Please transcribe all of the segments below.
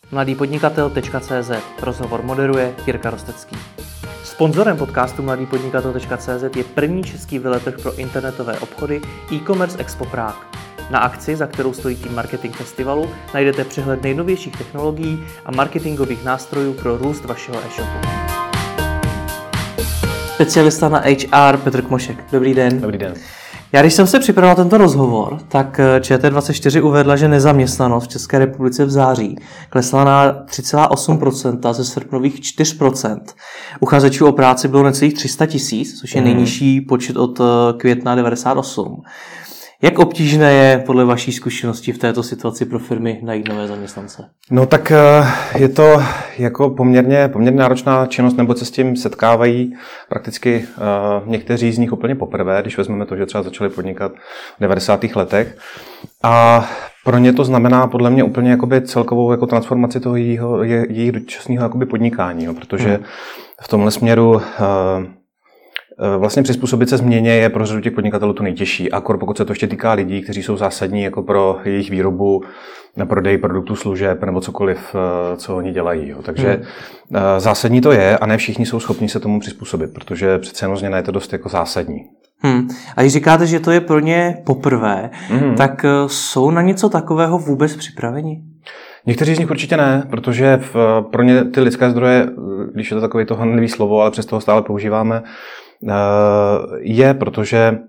mladýpodnikatel.cz. Rozhovor moderuje Jirka Rostecký. Sponzorem podcastu mladýpodnikatel.cz je první český veletrh pro internetové obchody e-commerce Expo Prague. Na akci, za kterou stojí tým Marketing Festivalu, najdete přehled nejnovějších technologií a marketingových nástrojů pro růst vašeho e-shopu. Specialista na HR Petr Kmošek. Dobrý den. Dobrý den. Já když jsem se připravil na tento rozhovor, tak ČT24 uvedla, že nezaměstnanost v České republice v září klesla na 3,8% ze srpnových 4%. Uchazečů o práci bylo necelých 300 000, což je nejnižší počet od května 98. Jak obtížné je podle vaší zkušenosti v této situaci pro firmy najít nové zaměstnance? No tak je to jako poměrně náročná činnost, nebo se s tím setkávají prakticky někteří z nich úplně poprvé, když vezmeme to, že třeba začali podnikat v 90. letech. A pro ně to znamená podle mě úplně jakoby celkovou jako transformaci toho jejich dočasného jakoby podnikání, jo, protože v tomhle směru vlastně přizpůsobit se změně je pro řadu těch podnikatelů to nejtěžší. Akor pokud se to ještě týká lidí, kteří jsou zásadní jako pro jejich výrobu, na prodej produktů, služeb nebo cokoliv, co oni dělají. Jo. Takže zásadní to je a ne všichni jsou schopni se tomu přizpůsobit, protože přece jenom změna je to dost jako zásadní. A když říkáte, že to je pro ně poprvé, tak jsou na něco takového vůbec připraveni? Někteří z nich určitě ne, protože pro ně ty lidské zdroje, když je to takové to hanlivý slovo, ale přesto ho stále používáme, je, protože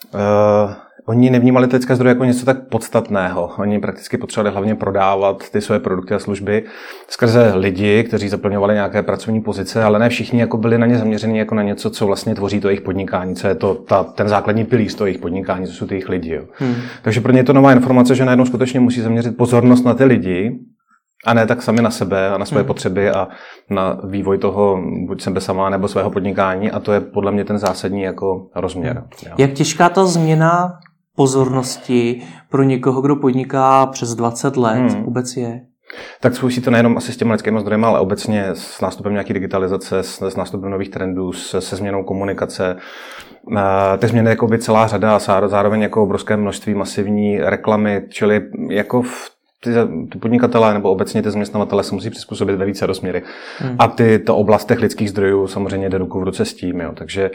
oni nevnímali ty lidské zdroje jako něco tak podstatného. Oni prakticky potřebovali hlavně prodávat ty své produkty a služby skrze lidi, kteří zaplňovali nějaké pracovní pozice, ale ne všichni jako byli na ně zaměření jako na něco, co vlastně tvoří to jejich podnikání, co je to ten základní pilíř toho jejich podnikání, co jsou ty jejich lidi. Jo. Takže pro ně je to nová informace, že najednou skutečně musí zaměřit pozornost na ty lidi, a ne tak sami na sebe a na své potřeby a na vývoj toho buď sebe sama nebo svého podnikání, a to je podle mě ten zásadní jako rozměr. Jak těžká ta změna pozornosti pro někoho, kdo podniká přes 20 let vůbec je? Tak souvisí to nejenom asi s těmi lidskými zdroji, ale obecně s nástupem nějaké digitalizace, s nástupem nových trendů, se změnou komunikace. Ty změny jako by celá řada a zároveň jako obrovské množství masivní reklamy, čili jako ty podnikatelé nebo obecně ty zaměstnavatele se musí přizpůsobit ve více rozměry. A ta oblast těch lidských zdrojů samozřejmě jde ruku v ruce s tím. Jo. Takže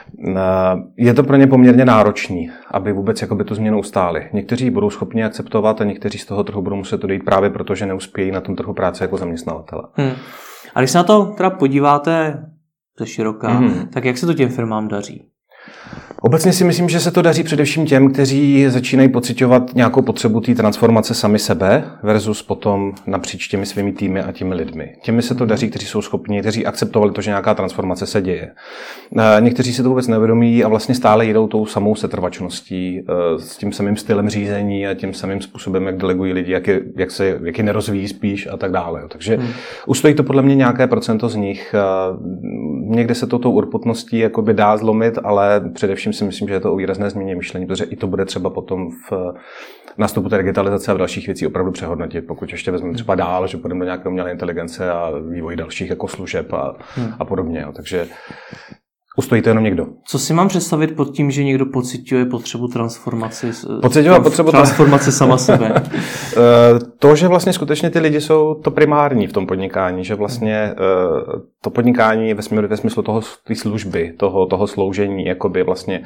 je to pro ně poměrně náročný, aby vůbec jakoby tu změnu ustáli. Někteří budou schopni akceptovat a někteří z toho trhu budou muset odejít právě proto, že neuspějí na tom trhu práce jako zaměstnavatele. A když se na to teda podíváte ze široka, tak jak se to těm firmám daří? Obecně si myslím, že se to daří především těm, kteří začínají pociťovat nějakou potřebu té transformace sami sebe versus potom napříč těmi svými týmy a těmi lidmi. Těmi se to daří, kteří jsou schopni, kteří akceptovali to, že nějaká transformace se děje. Někteří si to vůbec nevědomí a vlastně stále jdou tou samou setrvačností, s tím samým stylem řízení a tím samým způsobem, jak delegují lidi, jak je nerozvíjí spíš a tak dále. Takže ustojí to podle mě nějaké procento z nich. Někde se to tou urputností jakoby dá zlomit, ale především si myslím, že je to o výrazné změně myšlení, protože i to bude třeba potom v nástupu té digitalizace a v dalších věcí opravdu přehodnotit, pokud ještě vezmeme třeba dál, že půjdeme do nějaké umělé inteligence a vývoj dalších jako služeb a podobně. Jo. Takže ustojí to jenom někdo. Co si mám představit pod tím, že někdo pociťuje potřebu transformace sama sebe? To, že vlastně skutečně ty lidi jsou to primární v tom podnikání, že vlastně to podnikání ve smyslu té služby, toho sloužení, jakoby vlastně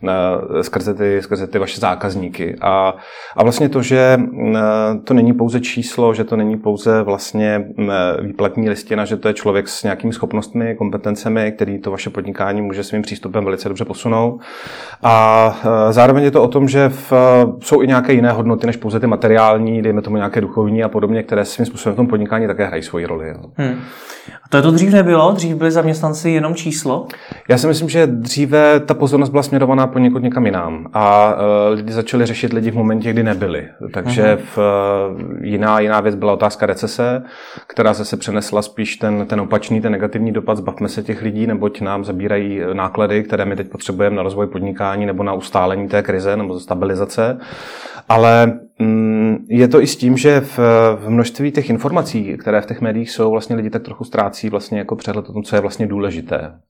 skrze ty vaše zákazníky. A vlastně to, že to není pouze číslo, že to není pouze vlastně výplatní listina, že to je člověk s nějakými schopnostmi, kompetencemi, který to vaše podnikání může svým přístupem velice dobře posunout. A zároveň je to o tom, že jsou i nějaké jiné hodnoty než pouze ty materiální, dejme tomu nějaké duchovní a podobně, které svým způsobem v tom podnikání také hrají svoji roli. A to dřív nebylo? Dřív byli zaměstnanci jenom číslo? Já si myslím, že dříve ta pozornost byla směrovaná poněkud někam jinam a lidi začali řešit lidi v momentě, kdy nebyli. Takže jiná věc byla otázka recese, která zase přenesla spíš ten opačný, ten negativní dopad. Zbavme se těch lidí, neboť nám zabírají náklady, které my teď potřebujeme na rozvoj podnikání nebo na ustálení té krize nebo stabilizace. Ale je to i s tím, že v množství těch informací, které v těch médiích jsou, vlastně lidi tak trochu ztrácí vlastně jako přehled o tom, co je vlastně důležité.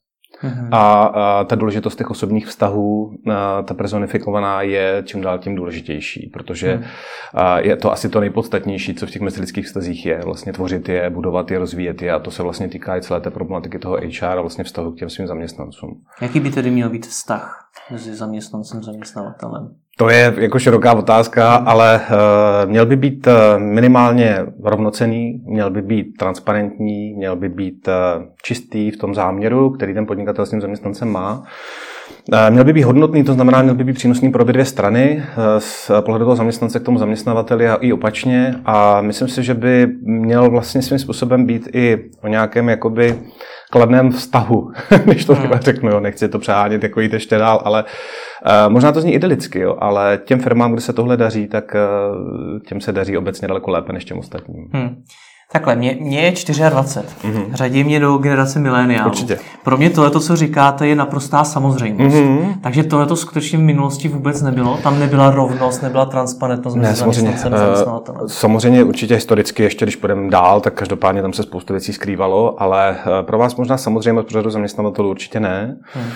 A ta důležitost těch osobních vztahů, ta personifikovaná je čím dál tím důležitější, protože je to asi to nejpodstatnější, co v těch mezilidských vztazích je. Vlastně tvořit je, budovat je, rozvíjet je a to se vlastně týká i celé té problematiky toho HR a vlastně vztahu k těm svým zaměstnancům. Jaký by tedy měl být vztah mezi zaměstnancem a zaměstnavatelem? To je jako široká otázka, ale měl by být minimálně rovnocenný, měl by být transparentní, měl by být čistý v tom záměru, který ten podnikatel s tím zaměstnancem má. Měl by být hodnotný, to znamená, měl by být přínosný pro obě dvě strany z pohledu toho zaměstnance k tomu zaměstnavateli a i opačně. A myslím si, že by měl vlastně svým způsobem být i o nějakém jakoby kladném vztahu, když to řeknu, jo. Nechci to přehánět jako jít ještě dál, ale možná to zní idylicky, jo, ale těm firmám, kde se tohle daří, tak těm se daří obecně daleko lépe než těm ostatním. Takhle, mě je 24. Řadí mě do generace mileniálů. Určitě. Pro mě tohleto, co říkáte, je naprostá samozřejmost. Takže tohleto skutečně v minulosti vůbec nebylo. Tam nebyla rovnost, nebyla transparentnost mezi zaměstnancem a zaměstnavatelem. Samozřejmě určitě historicky, ještě když půjdeme dál, tak každopádně tam se spoustu věcí skrývalo, ale pro vás možná samozřejmě pro řadu zaměstnavatelů určitě ne.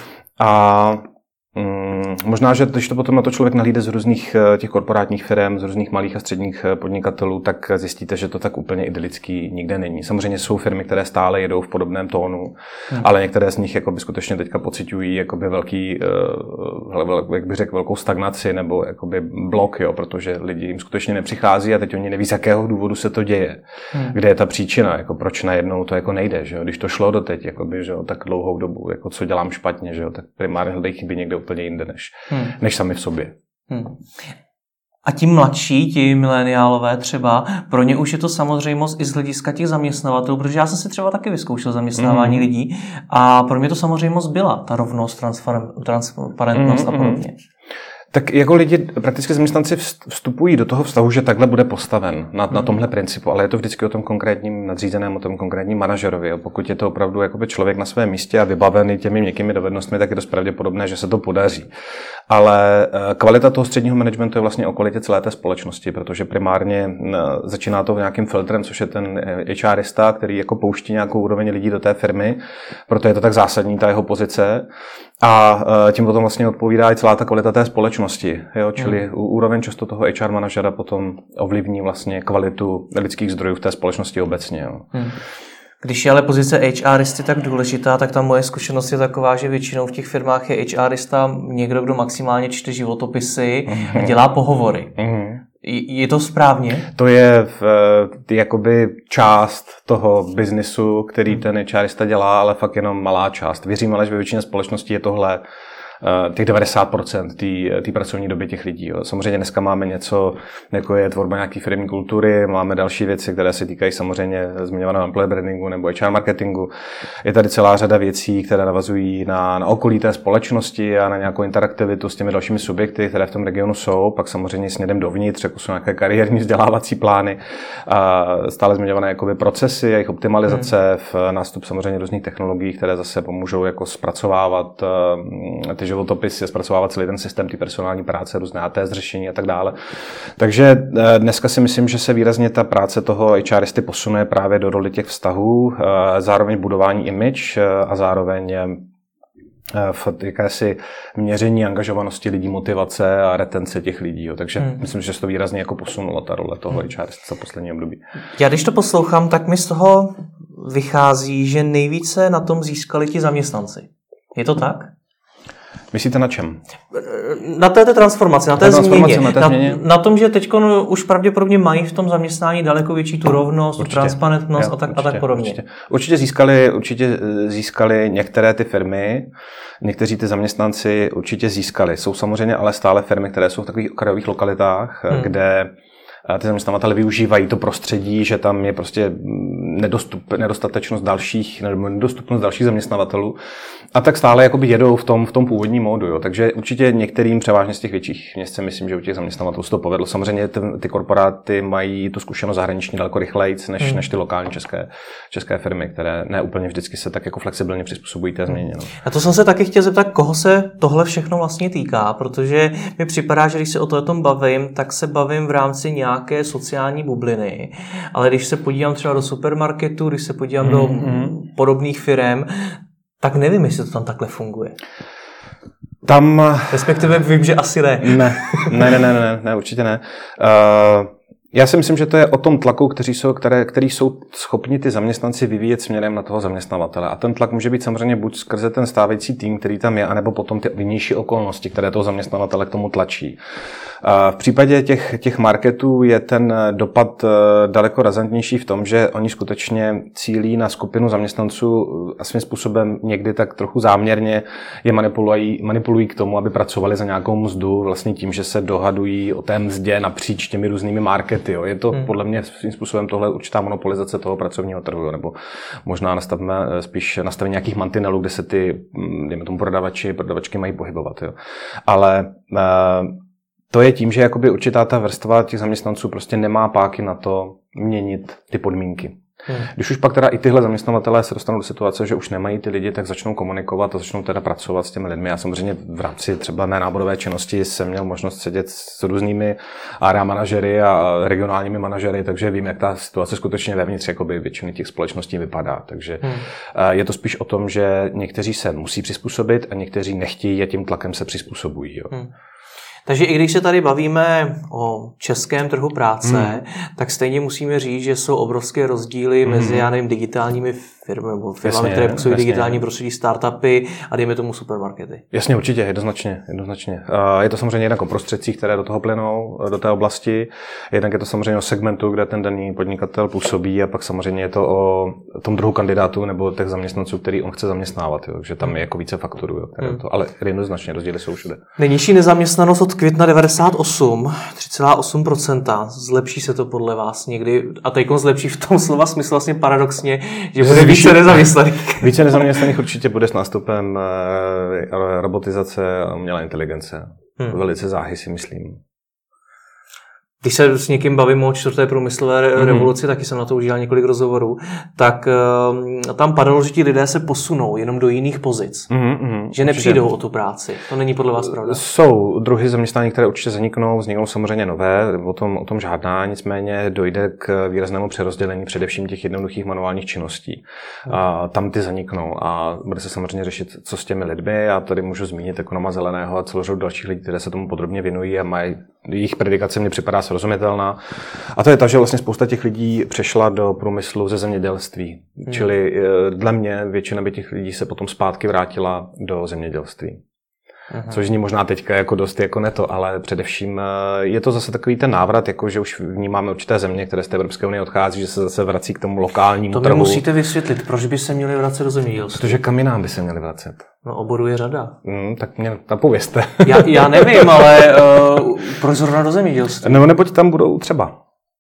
A možná, že když to potom na to člověk nahlíde z různých těch korporátních firm, z různých malých a středních podnikatelů, tak zjistíte, že to tak úplně idylický nikde není. Samozřejmě jsou firmy, které stále jedou v podobném tónu, ale některé z nich jakoby skutečně teďka pociťují jakoby velký, jak bych řekl, velkou stagnaci nebo jakoby blok, jo, protože lidi jim skutečně nepřichází a teď oni neví, z jakého důvodu se to děje. Kde je ta příčina, jako proč najednou to jako nejde, že jo? Když to šlo doteď, jakoby, že jo, tak dlouhou dobu, jako co dělám špatně, že jo, tak primárně hledají chyby někde úplně jinde než sami v sobě. A ti mladší, ti mileniálové třeba, pro ně už je to samozřejmost i z hlediska těch zaměstnavatelů, protože já jsem si třeba taky vyzkoušel zaměstnávání lidí a pro mě to samozřejmost byla ta rovnost, transparentnost a podobně. Tak jako lidi, prakticky zaměstnanci vstupují do toho vztahu, že takhle bude postaven na tomhle principu, ale je to vždycky o tom konkrétním nadřízeném, o tom konkrétním manažerovi. Jo. Pokud je to opravdu jakoby člověk na svém místě a vybavený těmi měkkými dovednostmi, tak je dost pravděpodobné, že se to podaří. Ale kvalita toho středního managementu je vlastně o kvalitě celé té společnosti, protože primárně začíná to nějakým filtrem, což je ten HRista, který jako pouští nějakou úroveň lidí do té firmy, proto je to tak zásadní ta jeho pozice. A tím potom vlastně odpovídá i celá ta kvalita té společnosti. Jo? Čili úroveň často toho HR manažera potom ovlivní vlastně kvalitu lidských zdrojů v té společnosti obecně. Jo? Když je ale pozice HRisty tak důležitá, tak ta moje zkušenost je taková, že většinou v těch firmách je HRista někdo, kdo maximálně čte životopisy a dělá pohovory. Je to správně? To je jakoby část toho biznisu, který ten HRista dělá, ale fakt jenom malá část. Věřím ale, že ve většině společností je tohle těch 90% té pracovní doby těch lidí. Jo. Samozřejmě dneska máme něco, jako je tvorba nějaké firemní kultury, máme další věci, které se týkají samozřejmě zmiňovaného employer brandingu nebo HR marketingu. Je tady celá řada věcí, které navazují na okolí té společnosti a na nějakou interaktivitu s těmi dalšími subjekty, které v tom regionu jsou. Pak samozřejmě směrem dovnitř, jako jsou nějaké kariérní vzdělávací plány, stále zmiňované jakoby procesy, jejich optimalizace, nástup samozřejmě různých technologií, které zase pomůžou jako zpracovávat ty životopisy, zpracovávat celý ten systém té personální práce, různé ATS řešení a tak dále. Takže dneska si myslím, že se výrazně ta práce toho HRisty posunuje právě do roli těch vztahů, zároveň budování image a zároveň v jakési měření angažovanosti lidí, motivace a retence těch lidí. Jo. Takže myslím, že se to výrazně jako posunulo, ta role toho HRisty za poslední období. Já když to poslouchám, tak mi z toho vychází, že nejvíce na tom získali ti zaměstnanci. Je to tak? Myslíte na čem? Na té transformaci, na té změně. Na tom, že teď už pravděpodobně mají v tom zaměstnání daleko větší tu rovnost, tu transparentnost a tak podobně. Určitě získali některé ty firmy, někteří ty zaměstnanci určitě získali. Jsou samozřejmě ale stále firmy, které jsou v takových okrajových lokalitách, kde ty zaměstnavatele využívají to prostředí, že tam je prostě nedostatečnost dalších, nebo nedostupnost dalších zaměstnavatelů. A tak stále jakoby jedou v tom původním módu. Jo. Takže určitě některým, převážně z těch větších měst, si myslím, že u těch zaměstnavatelů se to povedlo. Samozřejmě ty korporáty mají tu zkušenost zahraniční daleko rychleji než ty lokální české firmy, které ne úplně vždycky se tak jako flexibilně přizpůsobují té změně. No. A to jsem se taky chtěl zeptat, koho se tohle všechno vlastně týká, protože mi připadá, že když se o tom bavím, tak se bavím v rámci nějaké sociální bubliny. Ale když se podívám třeba do supermarketu, když se podívám do podobných firem, Tak nevím, jestli to tam takhle funguje. Tam... Respektive vím, že asi ne. Ne, určitě ne. Já si myslím, že to je o tom tlaku, který jsou schopni ty zaměstnanci vyvíjet směrem na toho zaměstnavatele. A ten tlak může být samozřejmě buď skrze ten stávající tým, který tam je, anebo potom ty vnější okolnosti, které toho zaměstnavatele k tomu tlačí. V případě těch marketů je ten dopad daleko razantnější v tom, že oni skutečně cílí na skupinu zaměstnanců a svým způsobem někdy tak trochu záměrně je manipulují k tomu, aby pracovali za nějakou mzdu, vlastně tím, že se dohadují o té mzdě napříč těmi různými markety. Jo. Je to podle mě svým způsobem tohle určitá monopolizace toho pracovního trhu, nebo možná spíš nastavení nějakých mantinelů, kde se ty, dejme tomu, prodavačky mají pohybovat. Jo. Ale to je tím, že jakoby určitá ta vrstva těch zaměstnanců prostě nemá páky na to měnit ty podmínky. Když už pak teda i tyhle zaměstnavatelé se dostanou do situace, že už nemají ty lidi, tak začnou komunikovat a začnou teda pracovat s těmi lidmi. Já samozřejmě v rámci třeba mé náborové činnosti jsem měl možnost sedět s různými area manažery a regionálními manažery, takže vím, jak ta situace skutečně vevnitř jakoby většiny těch společností vypadá. Takže je to spíš o tom, že někteří se musí přizpůsobit a někteří nechtějí a tím tlakem se přizpůsobují. Jo. Takže i když se tady bavíme o českém trhu práce, tak stejně musíme říct, že jsou obrovské rozdíly mezi, digitálními firmami nebo firmami, které působí digitální prostředí, startupy a dejme tomu supermarkety. Jasně, určitě, jednoznačně. Je to samozřejmě jednak o prostředcích, které do toho plynou, do té oblasti, jednak je to samozřejmě o segmentu, kde ten daný podnikatel působí a pak samozřejmě je to o tom druhu kandidátů nebo těch zaměstnanců, který on chce zaměstnávat, jo. Takže tam je jako více faktorů, jo, ale jednoznačně rozdíly jsou všude. Nejnižší nezaměstnanost od května 98, 3,8%. Zlepší se to podle vás někdy? A teďkon zlepší v tom slova smyslu vlastně paradoxně, že bude více nezaměstnaných. Více nezaměstnaných určitě bude s nástupem robotizace a umělé inteligence. Velice záhy si myslím. Když se s někým bavím o čtvrté průmyslové revoluci, taky jsem na to udělal několik rozhovorů, tak tam padalo, že ti lidé se posunou jenom do jiných pozic. Že nepřijdou o tu práci. To není podle vás pravda? Jsou druhy zaměstnání, které určitě vzniknou samozřejmě nové, o tom žádná, nicméně dojde k výraznému přerozdělení především těch jednoduchých manuálních činností. A tam ty zaniknou a bude se samozřejmě řešit, co s těmi lidmi. Já tady můžu zmínit ekonoma Zeleného a celou řadu dalších lidí, které se tomu podrobně věnují a mají jejich predikace mně připadá srozumitelná. A to je to, že vlastně spousta těch lidí přešla do průmyslu ze zemědělství. Čili dle mě většina těch lidí se potom zpátky vrátila do zemědělství. Což zní možná teďka jako dost jako neto, ale především je to zase takový ten návrat, jako že už vnímáme určité země, které z té Evropské unie odchází, že se zase vrací k tomu lokálnímu trhu. To mi musíte vysvětlit, proč by se měli vracet do zemědělství? Protože kam jinam by se měli vracet? No, oborů je řada. Tak mě napovězte. Já nevím, ale proč zrovna do zemědělství? No, neboť tam budou třeba.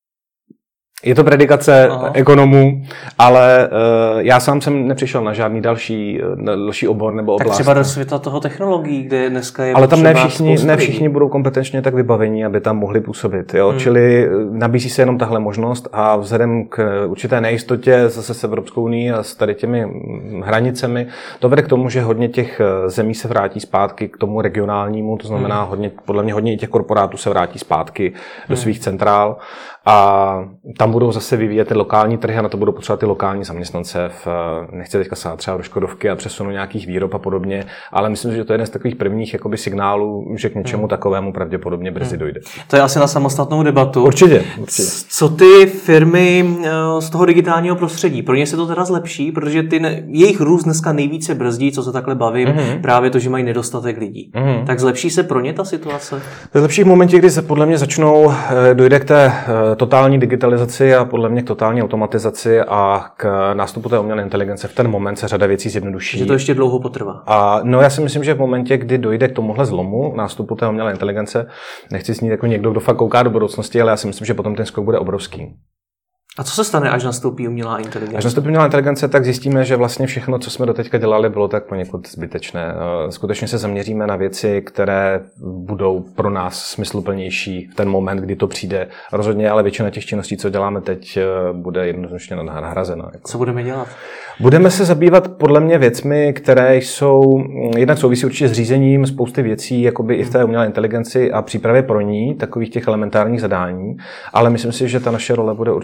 Je to predikace ekonomů, ale já sám jsem nepřišel na žádný další obor nebo oblast. Tak třeba do světa toho technologií, kde dneska je. Ale tam ne všichni budou kompetenčně tak vybavení, aby tam mohli působit. Jo? Čili nabízí se jenom tahle možnost a vzhledem k určité nejistotě zase s Evropskou unií a s tady těmi hranicemi, to vede k tomu, že hodně těch zemí se vrátí zpátky k tomu regionálnímu, to znamená podle mě hodně těch korporátů se vrátí zpátky do svých centrál a tam budou zase vyvíjet ty lokální trhy a na to budou potřebovat ty lokální zaměstnance. Nechci teďka sát třeba do Škodovky a přesunu nějakých výrob a podobně, ale myslím, že to je jeden z takových prvních jakoby signálů, že k něčemu takovému pravděpodobně brzy dojde. To je asi na samostatnou debatu. Určitě. Co ty firmy z toho digitálního prostředí? Pro ně se to teda zlepší, protože jejich růst dneska nejvíce brzdí, co se takhle bavím, právě to, že mají nedostatek lidí. Tak zlepší se pro ně ta situace? To zlepší v momentě, kdy se podle mě dojde k té totální digitalizaci a podle mě k totální automatizaci a k nástupu té umělé inteligence. V ten moment se řada věcí zjednoduší. Že to ještě dlouho potrvá. Já si myslím, že v momentě, kdy dojde k tomuhle zlomu nástupu té umělé inteligence, nechci snít jako někdo, kdo fakt kouká do budoucnosti, ale já si myslím, že potom ten skok bude obrovský. A co se stane, až nastoupí umělá inteligence? Až nastoupí umělá inteligence, tak zjistíme, že vlastně všechno, co jsme doteďka dělali, bylo tak poněkud zbytečné. Skutečně se zaměříme na věci, které budou pro nás smysluplnější v ten moment, kdy to přijde. Rozhodně, ale většina těch činností, co děláme teď, bude jednoznačně nahrazena. Co budeme dělat? Budeme se zabývat podle mě věcmi, které jsou jednak souvisí určitě s řízením spousty věcí, jakoby i v té umělé inteligenci a přípravě pro ní, takových těch elementárních zadání, ale myslím si, že ta naše role bude určitě i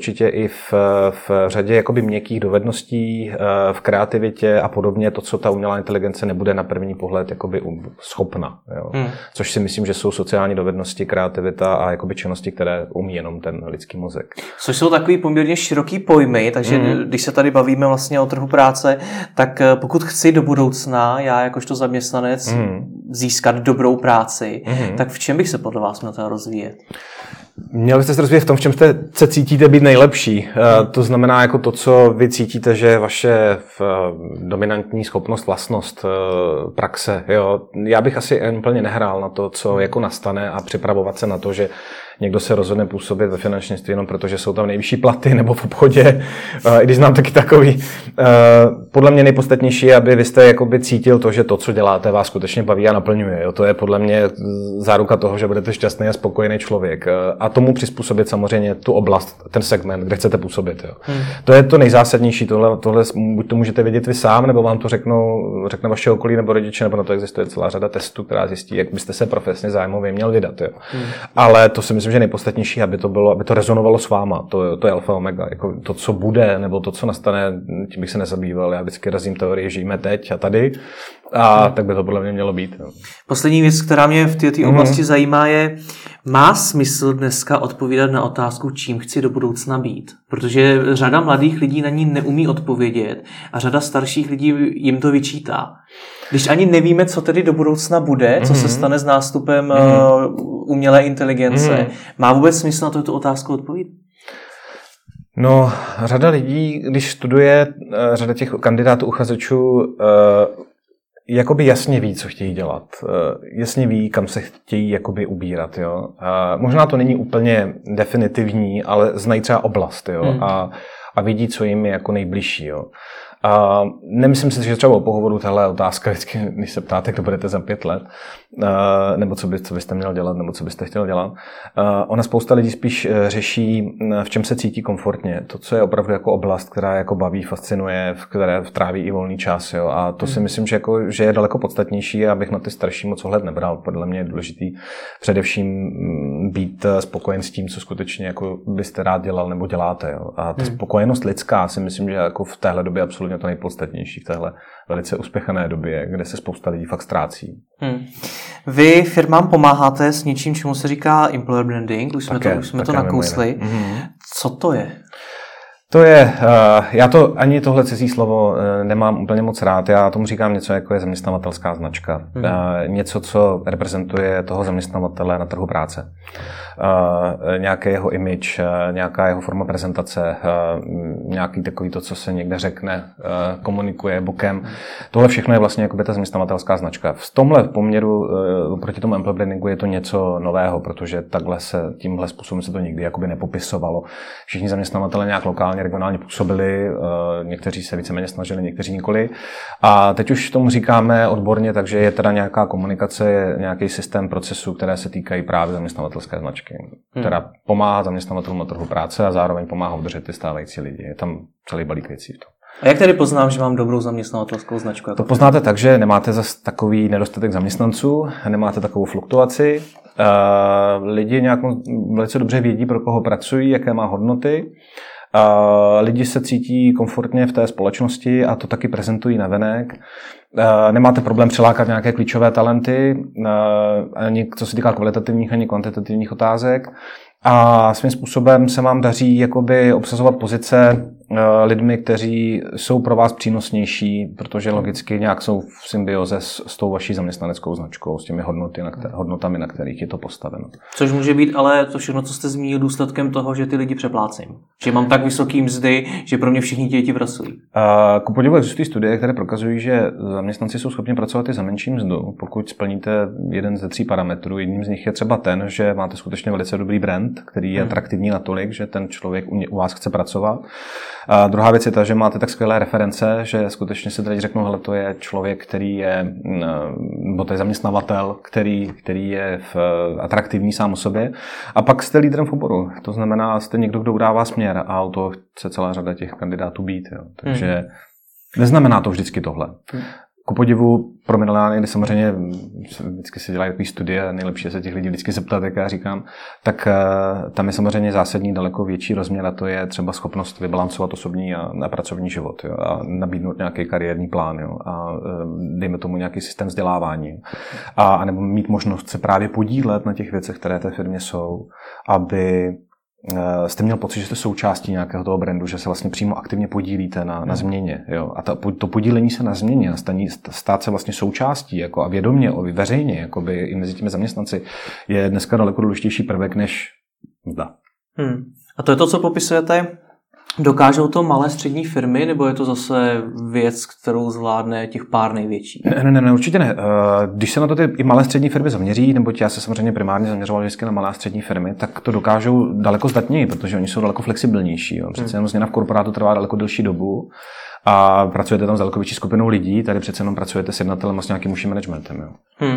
i v řadě jakoby měkkých dovedností, v kreativitě a podobně, to, co ta umělá inteligence nebude na první pohled jakoby schopna. Jo. Což si myslím, že jsou sociální dovednosti, kreativita a jakoby činnosti, které umí jenom ten lidský mozek. Což jsou takový poměrně široký pojmy, takže když se tady bavíme vlastně o trhu práce, tak pokud chci do budoucna, já jakožto zaměstnanec, získat dobrou práci, tak v čem bych se podle vás měl rozvíjet? Měli byste se rozvíjet v tom, v čem se cítíte být nejlepší. To znamená jako to, co vy cítíte, že je vaše dominantní schopnost, vlastnost, praxe. Jo. Já bych asi úplně nehrál na to, co jako nastane a připravovat se na to, že někdo se rozhodne působit ve finančnictví jenom protože jsou tam nejvyšší platy nebo v obchodě, i když znám taky takový. Podle mě nejpodstatnější je, aby vy jste jakoby cítil to, že to, co děláte, vás skutečně baví a naplňuje. Jo. To je podle mě záruka toho, že budete šťastný a spokojený člověk. A tomu přizpůsobit samozřejmě tu oblast, ten segment, kde chcete působit. Jo. To je to nejzásadnější. Tohle buď to můžete vědět vy sám, nebo vám to řekne vaše okolí nebo rodiče, nebo na to existuje celá řada testů, která zjistí, jak byste se profesně zájmově měl vydat. Jo. Ale to si myslím, že nejpodstatnější, aby to rezonovalo s váma. To je alfa omega. Jako to, co bude, nebo to, co nastane, tím bych se nezabýval. Já vždycky razím teorii, žijeme teď a tady. A tak by to podle mě mělo být. Jo. Poslední věc, která mě v této oblasti zajímá, je, má smysl dneska odpovídat na otázku, čím chci do budoucna být? Protože řada mladých lidí na ní neumí odpovědět a řada starších lidí jim to vyčítá. Když ani nevíme, co tedy do budoucna bude, co se stane s nástupem umělé inteligence, má vůbec smysl na tuto otázku odpovědět? No, řada lidí, když studuje, řada těch kandidátů, uchazečů, jakoby jasně ví, co chtějí dělat. Jasně ví, kam se chtějí jakoby ubírat. Jo? Možná to není úplně definitivní, ale znají třeba oblast. Jo? A vidí, co jim je jako nejbližší. Jo? A nemyslím si, že třeba o pohovoru tahle otázka, vždycky, když se ptáte, kdo budete za 5 let, nebo co byste měl dělat, nebo co byste chtěl dělat. Ona spousta lidí spíš řeší, v čem se cítí komfortně. To, co je opravdu jako oblast, která jako baví, fascinuje, v které tráví i volný čas. Jo. A to si myslím, že je daleko podstatnější, abych na ty starší moc ohled nebral. Podle mě je důležitý především být spokojen s tím, co skutečně jako byste rád dělal nebo děláte. Jo. A ta spokojenost lidská si myslím, že jako v téhle době absolutně to nejpodstatnější, v téhle velice uspěchané době, kde se spousta lidí fakt ztrácí. Vy firmám pomáháte s něčím, čemu se říká employer branding, už jsme to nakousli. Co to je? To je, já to ani tohle cizí slovo nemám úplně moc rád, já tomu říkám něco, jako je zaměstnavatelská značka. Něco, co reprezentuje toho zaměstnavatele na trhu práce. Nějaký jeho image, nějaká jeho forma prezentace, nějaký takový to, co se někde řekne, komunikuje bokem. Tohle všechno je vlastně jakoby ta zaměstnavatelská značka. V tomhle poměru proti tomu employer brandingu je to něco nového, protože tímhle způsobem se to nikdy jakoby nepopisovalo. Všichni zaměstnavatele nějak lokálně, regionálně působili, někteří se víceméně snažili, někteří nikoli. A teď už tomu říkáme odborně, takže je teda nějaká komunikace, nějaký systém procesů, které se týkají právě zaměstnavatelské značky, která pomáhá zaměstnavatelům na trhu práce a zároveň pomáhá udržet ty stávající lidi. Je tam celý balík věcí v tom. A jak tedy poznám, že mám dobrou zaměstnavatelskou značku? To poznáte tak, že nemáte zase takový nedostatek zaměstnanců, nemáte takovou fluktuaci. Lidi nějak velice dobře vědí, pro koho pracují, jaké má hodnoty. Lidi se cítí komfortně v té společnosti a to taky prezentují navenek. Nemáte problém přilákat nějaké klíčové talenty, ani co se týká kvalitativních, ani kvantitativních otázek. A svým způsobem se vám daří jakoby obsazovat pozice lidmi, kteří jsou pro vás přínosnější, protože logicky nějak jsou v symbioze s tou vaší zaměstnaneckou značkou, s těmi hodnotami, na kterých je to postaveno. Což může být ale to všechno, co jste zmínil, důsledkem toho, že ty lidi přeplácím. Že mám tak vysoký mzdy, že pro mě všichni ti lidi pracují. Ku podivu existují studie, které prokazují, že zaměstnanci jsou schopni pracovat i za menší mzdu, pokud splníte jeden ze 3 parametrů. Jedním z nich je třeba ten, že máte skutečně velice dobrý brand, který je atraktivní natolik, že ten člověk u vás chce pracovat. A druhá věc je ta, že máte tak skvělé reference, že skutečně si teď řeknu, hele, to je člověk, který je, nebo to je zaměstnavatel, který je atraktivní sám o sobě. A pak jste lídrem v oboru. To znamená, jste někdo, kdo udává směr a o to chce celá řada těch kandidátů být. Jo. Takže neznamená to vždycky tohle. Ku podivu pro milionáry, kdy samozřejmě vždycky se dělají takové studie, nejlepší je se těch lidí vždycky zeptat, jak já říkám, tak tam je samozřejmě zásadní daleko větší rozměr a to je třeba schopnost vybalancovat osobní a pracovní život, jo, a nabídnout nějaký kariérní plán, jo, a dejme tomu nějaký systém vzdělávání, a nebo mít možnost se právě podílet na těch věcech, které té firmě jsou, aby jste měl pocit, že jste součástí nějakého toho brandu, že se vlastně přímo aktivně podílíte na změně. Jo? A to podílení se na změně a stát se vlastně součástí jako a vědomě, veřejně, jakoby i mezi těmi zaměstnanci, je dneska daleko důležitější prvek než mzda. A to je to, co popisujete? Dokážou to malé střední firmy, nebo je to zase věc, kterou zvládne těch pár největších? Ne, určitě ne. Když se na to ty i malé střední firmy zaměří, neboť já se samozřejmě primárně zaměřoval vždycky na malé a střední firmy, tak to dokážou daleko zdatněji, protože oni jsou daleko flexibilnější. Jo. Přece jenom změna v korporátu trvá daleko delší dobu a pracujete tam s daleko větší skupinou lidí, tady přece jenom pracujete s jednatelem a s nějakým užším managementem. Jo.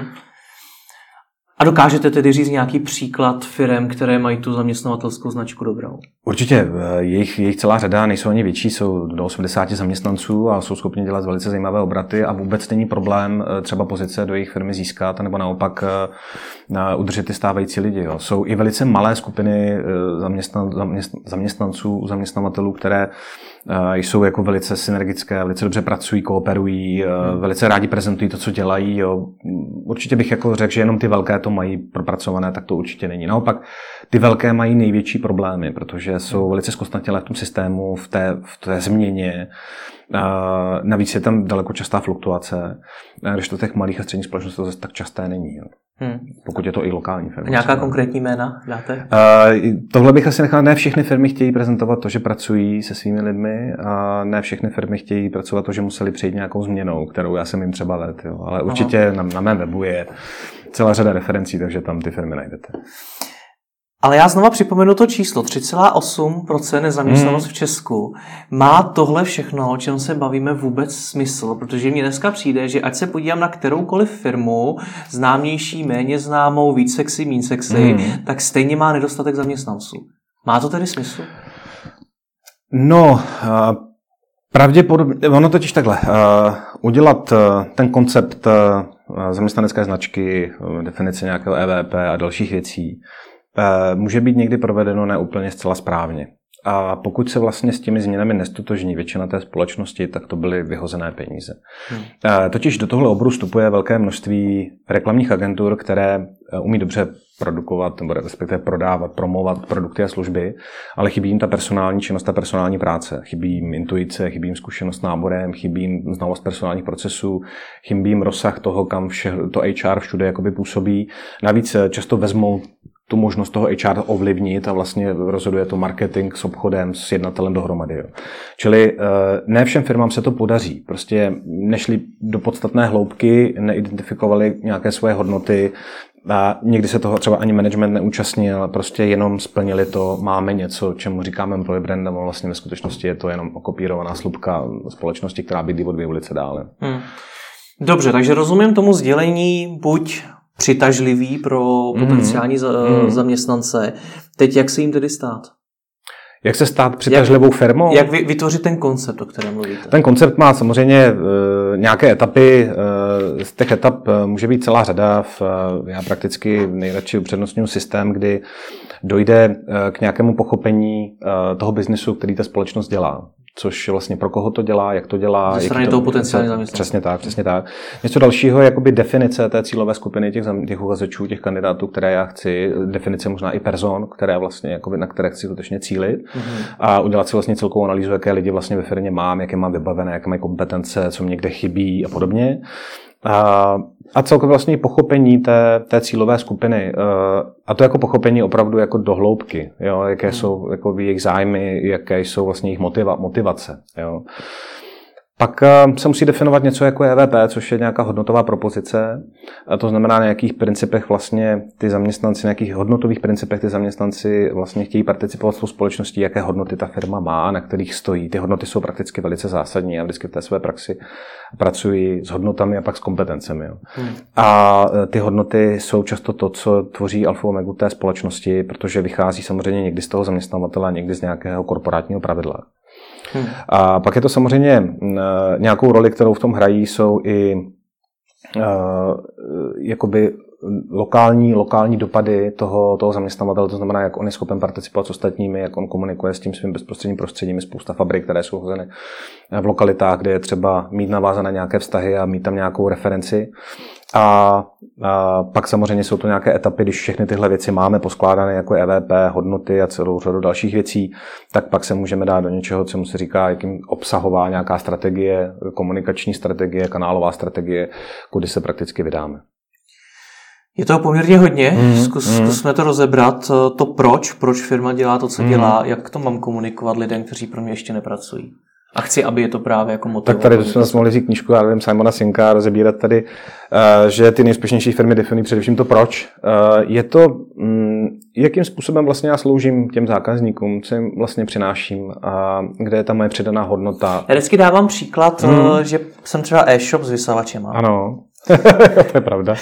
A dokážete tedy říct nějaký příklad firem, které mají tu zaměstnavatelskou značku dobrou? Určitě, jejich celá řada, nejsou ani větší, jsou do 80 zaměstnanců a jsou schopni dělat velice zajímavé obraty a vůbec není problém třeba pozice do jejich firmy získat, nebo naopak udržet ty stávající lidi. Jo. Jsou i velice malé skupiny zaměstnanců, zaměstnavatelů, které jsou jako velice synergické, velice dobře pracují, kooperují, velice rádi prezentují to, co dělají. Jo. Určitě bych jako řekl, že jenom ty velké to mají propracované, tak to určitě není. Naopak, ty velké mají největší problémy, protože jsou velice zkostnatělé v tom systému, v té změně. Navíc je tam daleko častá fluktuace, když to těch malých a středních společností to zase tak časté není. Jo. Pokud je to i lokální firma. Nějaká konkrétní jména dáte? Tohle bych asi nechal. Ne všechny firmy chtějí prezentovat to, že pracují se svými lidmi a ne všechny firmy chtějí pracovat to, že museli přejít nějakou změnou, kterou já jsem jim třeba vedl. Ale určitě na mém webu je celá řada referencí, takže tam ty firmy najdete. Ale já znova připomenu to číslo, 3,8% nezaměstnanost v Česku. Má tohle všechno, o čem se bavíme, vůbec smysl? Protože mně dneska přijde, že ať se podívám na kteroukoliv firmu, známější, méně známou, víc sexy, méně sexy, tak stejně má nedostatek zaměstnanců. Má to tedy smysl? No, pravděpodobně, ono totiž takhle, udělat ten koncept zaměstnanecké značky, definice nějakého EVP a dalších věcí, může být někdy provedeno neúplně zcela správně. A pokud se vlastně s těmi změnami nestotožní většina té společnosti, tak to byly vyhozené peníze. Totiž do tohle oboru vstupuje velké množství reklamních agentur, které umí dobře produkovat, nebo respektive prodávat, promovat produkty a služby, ale chybí jim ta personální činnost, ta personální práce. Chybí jim intuice, chybí jim zkušenost s náborem, chybí jim znalost personálních procesů, chybí jim rozsah toho, kam to HR všude jakoby působí. Navíc často vezmou tu možnost toho HR ovlivnit a vlastně rozhoduje to marketing s obchodem, s jednatelem dohromady. Jo. Čili ne všem firmám se to podaří. Prostě nešli do podstatné hloubky, neidentifikovali nějaké svoje hodnoty a někdy se toho třeba ani management neúčastnil, prostě jenom splnili to, máme něco, čemu říkáme employee brand, a vlastně ve skutečnosti je to jenom okopírovaná slupka společnosti, která bydlí o 2 ulice dále. Dobře, takže rozumím tomu sdělení, buď přitažlivý pro potenciální zaměstnance. Teď jak se jim tedy stát? Jak se stát přitažlivou firmou? Jak vytvořit ten koncept, o kterém mluvíte? Ten koncept má samozřejmě nějaké etapy. Z těch etap může být celá řada. Já prakticky nejradši upřednostňuji systém, kdy dojde k nějakému pochopení toho biznesu, který ta společnost dělá. Což vlastně pro koho to dělá, jak to dělá. Ze strany toho potenciální zaměstnance. Přesně tak. Něco dalšího je jakoby definice té cílové skupiny těch uchazečů, těch kandidátů, které já chci, definice možná i person, které vlastně, jakoby, na které chci skutečně cílit a udělat si vlastně celkovou analýzu, jaké lidi vlastně ve firmě mám, jaké mám vybavené, jaké mají kompetence, co mě někde chybí a podobně. A celkově vlastně pochopení té cílové skupiny. A to jako pochopení opravdu jako do hloubky, jo? Jaké jsou jako jejich zájmy, jaké jsou vlastně jejich motivace. Jo? Pak se musí definovat něco jako EVP, což je nějaká hodnotová propozice. A to znamená, na jakých principech vlastně ty zaměstnanci, na jakých hodnotových principech ty zaměstnanci vlastně chtějí participovat s tou společností, jaké hodnoty ta firma má, na kterých stojí. Ty hodnoty jsou prakticky velice zásadní. Já vždycky v té své praxi pracuji s hodnotami a pak s kompetencemi. Jo. A ty hodnoty jsou často to, co tvoří alfa omegu té společnosti, protože vychází samozřejmě někdy z toho zaměstnavatele, někdy z nějakého korporátního pravidla. A pak je to samozřejmě nějakou roli, kterou v tom hrají, jsou i jakoby lokální dopady toho zaměstnavatele, to znamená, jak on je schopen participovat s ostatními, jak on komunikuje s tím svým bezprostředním prostředím, spousta fabrik, které jsou hozeny v lokalitách, kde je třeba mít navázané nějaké vztahy a mít tam nějakou referenci. A pak samozřejmě jsou to nějaké etapy, když všechny tyhle věci máme poskládané jako EVP, hodnoty a celou řadu dalších věcí, tak pak se můžeme dát do něčeho, co mu se říká, jakým obsahová nějaká strategie, komunikační strategie, kanálová strategie, kudy se prakticky vydáme. Je toho poměrně hodně, zkusme to rozebrat, to proč firma dělá to, co dělá, jak to mám komunikovat lidem, kteří pro mě ještě nepracují. A chci, aby je to právě jako motivovalo. Tak tady bychom mohli říct knížku, já nevím, Simona Sinka, rozebírat tady, že ty nejúspěšnější firmy definují především to proč. Je to, jakým způsobem vlastně já sloužím těm zákazníkům, co jim vlastně přináším a kde je ta moje přidaná hodnota. Já vždycky dávám příklad, že jsem třeba e-shop s vysavačema. Ano, to je pravda.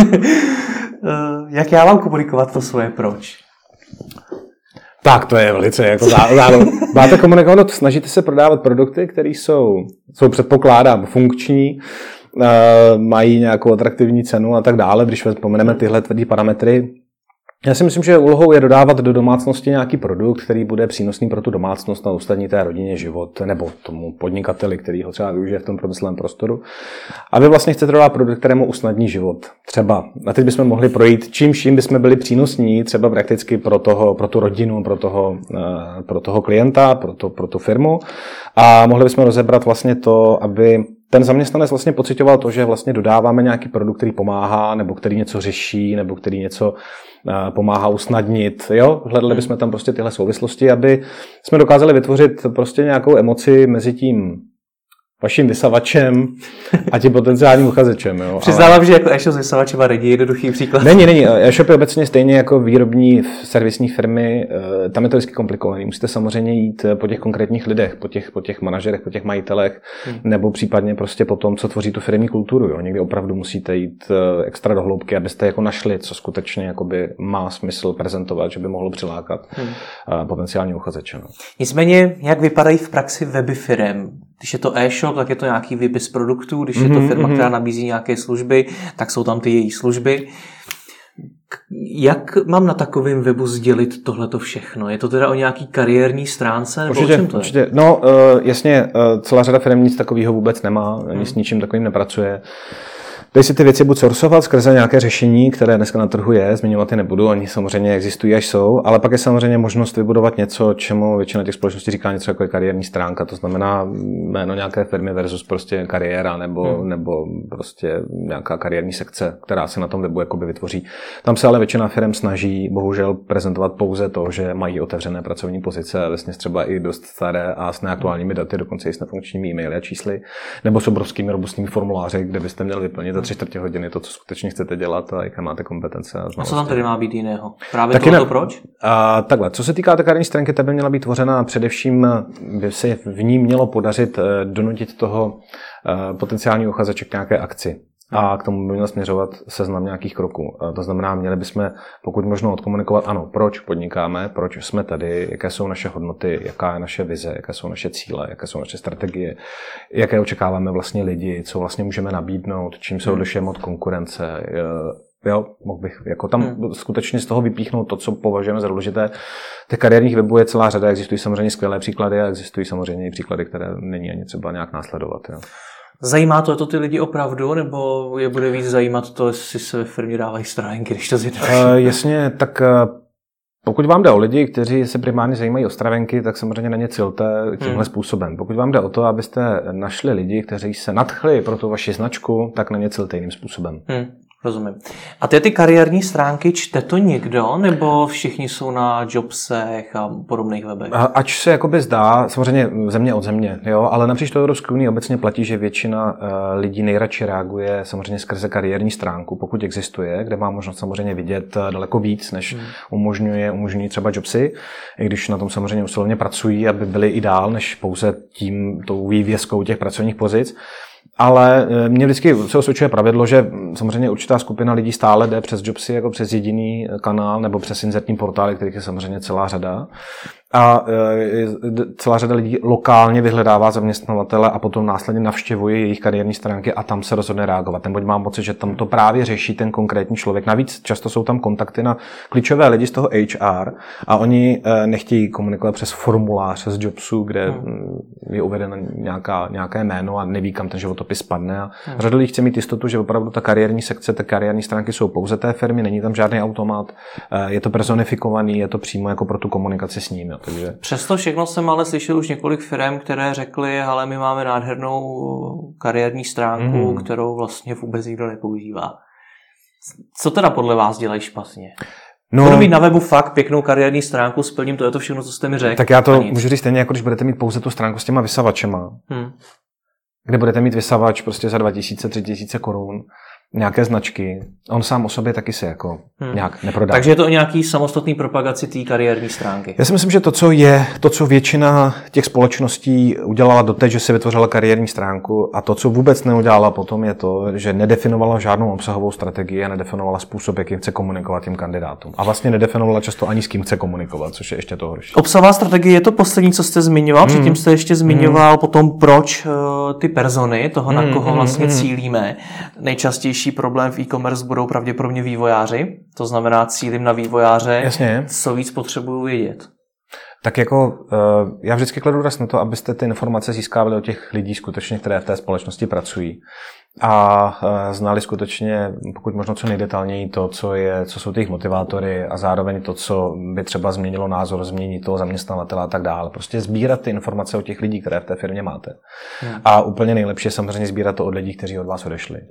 Jak já mám komunikovat to svoje proč? Tak to je velice jako máte komunikovat, snažíte se prodávat produkty, které jsou předpokládám funkční, mají nějakou atraktivní cenu a tak dále, když pomeneme tyhle tvrdý parametry. Já si myslím, že úlohou je dodávat do domácnosti nějaký produkt, který bude přínosný pro tu domácnost a usnadní té rodině život, nebo tomu podnikateli, který ho třeba využije v tom průmyslovém prostoru. A vy vlastně chcete dodávat produkt, kterému usnadní život. Třeba, a teď bychom mohli projít, čím bychom byli přínosní, třeba prakticky pro tu rodinu, pro toho klienta, pro tu firmu. A mohli bychom rozebrat vlastně to, aby ten zaměstnanec vlastně pocitoval to, že vlastně dodáváme nějaký produkt, který pomáhá, nebo který něco řeší, nebo který něco pomáhá usnadnit. Jo? Hledali bychom tam prostě tyhle souvislosti, aby jsme dokázali vytvořit prostě nějakou emoci mezi tím vaším vysavačem a tím potenciálním uchazečem. Jo? Přiznávám, že jako e-shop s vysavačem není jednoduchý příklad. Není. E-shop je obecně stejně jako výrobní servisní firmy. Tam je to vždycky komplikované. Musíte samozřejmě jít po těch konkrétních lidech, po těch manažerech, po těch majitelech, nebo případně prostě po tom, co tvoří tu firmní kulturu. Jo? Někdy opravdu musíte jít extra do hloubky, abyste jako našli, co skutečně jakoby má smysl prezentovat, že by mohlo přilákat potenciální uchazeče. No. Nicméně, jak vypadají v praxi weby firem? Když je to e-shop, tak je to nějaký výpis produktů, když je to firma, která nabízí nějaké služby, tak jsou tam ty její služby. Jak mám na takovém webu sdělit tohleto všechno? Je to teda o nějaký kariérní stránce? Nebo určitě. No, jasně, celá řada firm nic takového vůbec nemá, nic s ničím takovým nepracuje. Dají si ty věci buď sourcovat skrze nějaké řešení, které dneska na trhu je, zmiňovat je nebudu, oni samozřejmě existují, až jsou, ale pak je samozřejmě možnost vybudovat něco, čemu většina těch společností říká něco jako kariérní stránka, to znamená jméno nějaké firmy versus prostě kariéra nebo prostě nějaká kariérní sekce, která se na tom webu jakoby vytvoří. Tam se ale většina firm snaží bohužel prezentovat pouze to, že mají otevřené pracovní pozice, vlastně třeba i dost staré a s neaktuálními daty, dokonce i s nefunkčními e-maily a čísly, nebo s obrovskými robustními formuláři, kde byste měli vyplnit 3/4 hodiny to, co skutečně chcete dělat a jaké máte kompetence. A co tam tedy má být jiného? Právě tohle proč? Takhle, co se týká té kariérní stránky, ta by měla být tvořena především, by se v ní mělo podařit donutit toho potenciálního uchazeče k nějaké akci. A k tomu by měl směřovat seznam nějakých kroků. To znamená, měli bychom pokud možno odkomunikovat, ano, proč podnikáme, proč jsme tady, jaké jsou naše hodnoty, jaká je naše vize, jaké jsou naše cíle, jaké jsou naše strategie, jaké očekáváme vlastně lidi, co vlastně můžeme nabídnout, čím se odlišujeme od konkurence. Jo, mohl bych jako tam skutečně z toho vypíchnout to, co považujeme za důležité. Těch kariérních webů je celá řada, existují samozřejmě skvělé příklady a existují samozřejmě i příklady, které není ani třeba nějak následovat. Jo. Zajímá to ty lidi opravdu, nebo je bude víc zajímat to, jestli se ve firmě dávají stránky, když to zjednoduším? Jasně, tak pokud vám jde o lidi, kteří se primárně zajímají o stravenky, tak samozřejmě na ně cilte tímhle způsobem. Pokud vám jde o to, abyste našli lidi, kteří se nadchli pro tu vaši značku, tak na ně cilte jiným způsobem. Rozumím. A ty kariérní stránky čte to někdo, nebo všichni jsou na Jobsech a podobných webech? Ač se jakoby zdá, samozřejmě země od země, jo, ale napříč to Evropské unii obecně platí, že většina lidí nejradši reaguje samozřejmě skrze kariérní stránku, pokud existuje, kde má možnost samozřejmě vidět daleko víc, než umožňují třeba Jobsy, i když na tom samozřejmě usilovně pracují, aby byli i dál, než pouze tou vývězkou těch pracovních pozic. Ale mě vždycky se osvědčuje pravidlo, že samozřejmě určitá skupina lidí stále jde přes Jobsy jako přes jediný kanál nebo přes inzertní portály, kterých je samozřejmě celá řada. A celá řada lidí lokálně vyhledává zaměstnavatele a potom následně navštěvuje jejich kariérní stránky a tam se rozhodne reagovat. Neboť mám pocit, že tam to právě řeší ten konkrétní člověk. Navíc často jsou tam kontakty na klíčové lidi z toho HR a oni nechtějí komunikovat přes formulář z Jobsu, kde je uvedeno nějaké jméno a neví, kam ten životopis spadne. A řada lidí chce mít jistotu, že opravdu ta kariérní sekce, ty kariérní stránky jsou pouze té firmy, není tam žádný automat, je to personifikovaný, je to přímo jako pro tu komunikaci s ním. Takže... Přesto všechno jsem ale slyšel už několik firm, které řekly, ale my máme nádhernou kariérní stránku, kterou vlastně vůbec nikdo nepoužívá. Co teda podle vás dělají špatně? Budu mít na webu fakt pěknou kariérní stránku, splním to, je to všechno, co jste mi řekl. Tak já to můžu říct stejně, jako když budete mít pouze tu stránku s těma vysavačema, kde budete mít vysavač prostě za 2000-3000 korun, nějaké značky, on sám o sobě taky se jako nějak neprodá. Takže je to o nějaký samostatný propagaci té kariérní stránky. Já si myslím, že to, co většina těch společností udělala doteď, že si vytvořila kariérní stránku a to, co vůbec neudělala potom, je to, že nedefinovala žádnou obsahovou strategii a nedefinovala způsob, jakým chce komunikovat těm kandidátům. A vlastně nedefinovala často ani s kým chce komunikovat, což je ještě to horší. Obsahová strategie je to poslední, co jste zmiňoval, předtím jste ještě zmiňoval potom, proč ty persony, toho, na koho vlastně cílíme. Nejčastější problém v e-commerce budou pravděpodobně vývojáři, to znamená cílím na vývojáře, jasně, co víc potřebuju vědět. Tak jako já vždycky kladu důraz na to, abyste ty informace získávali od těch lidí skutečně, které v té společnosti pracují a znali skutečně, pokud možno co nejdetailněji to, co jsou ty jejich motivátory a zároveň to, co by třeba změnilo názor, změní toho zaměstnavatele a tak dále. Prostě sbírat ty informace od těch lidí, které v té firmě máte. A úplně nejlepší je samozřejmě sbírat to od lidí, kteří od vás odešli.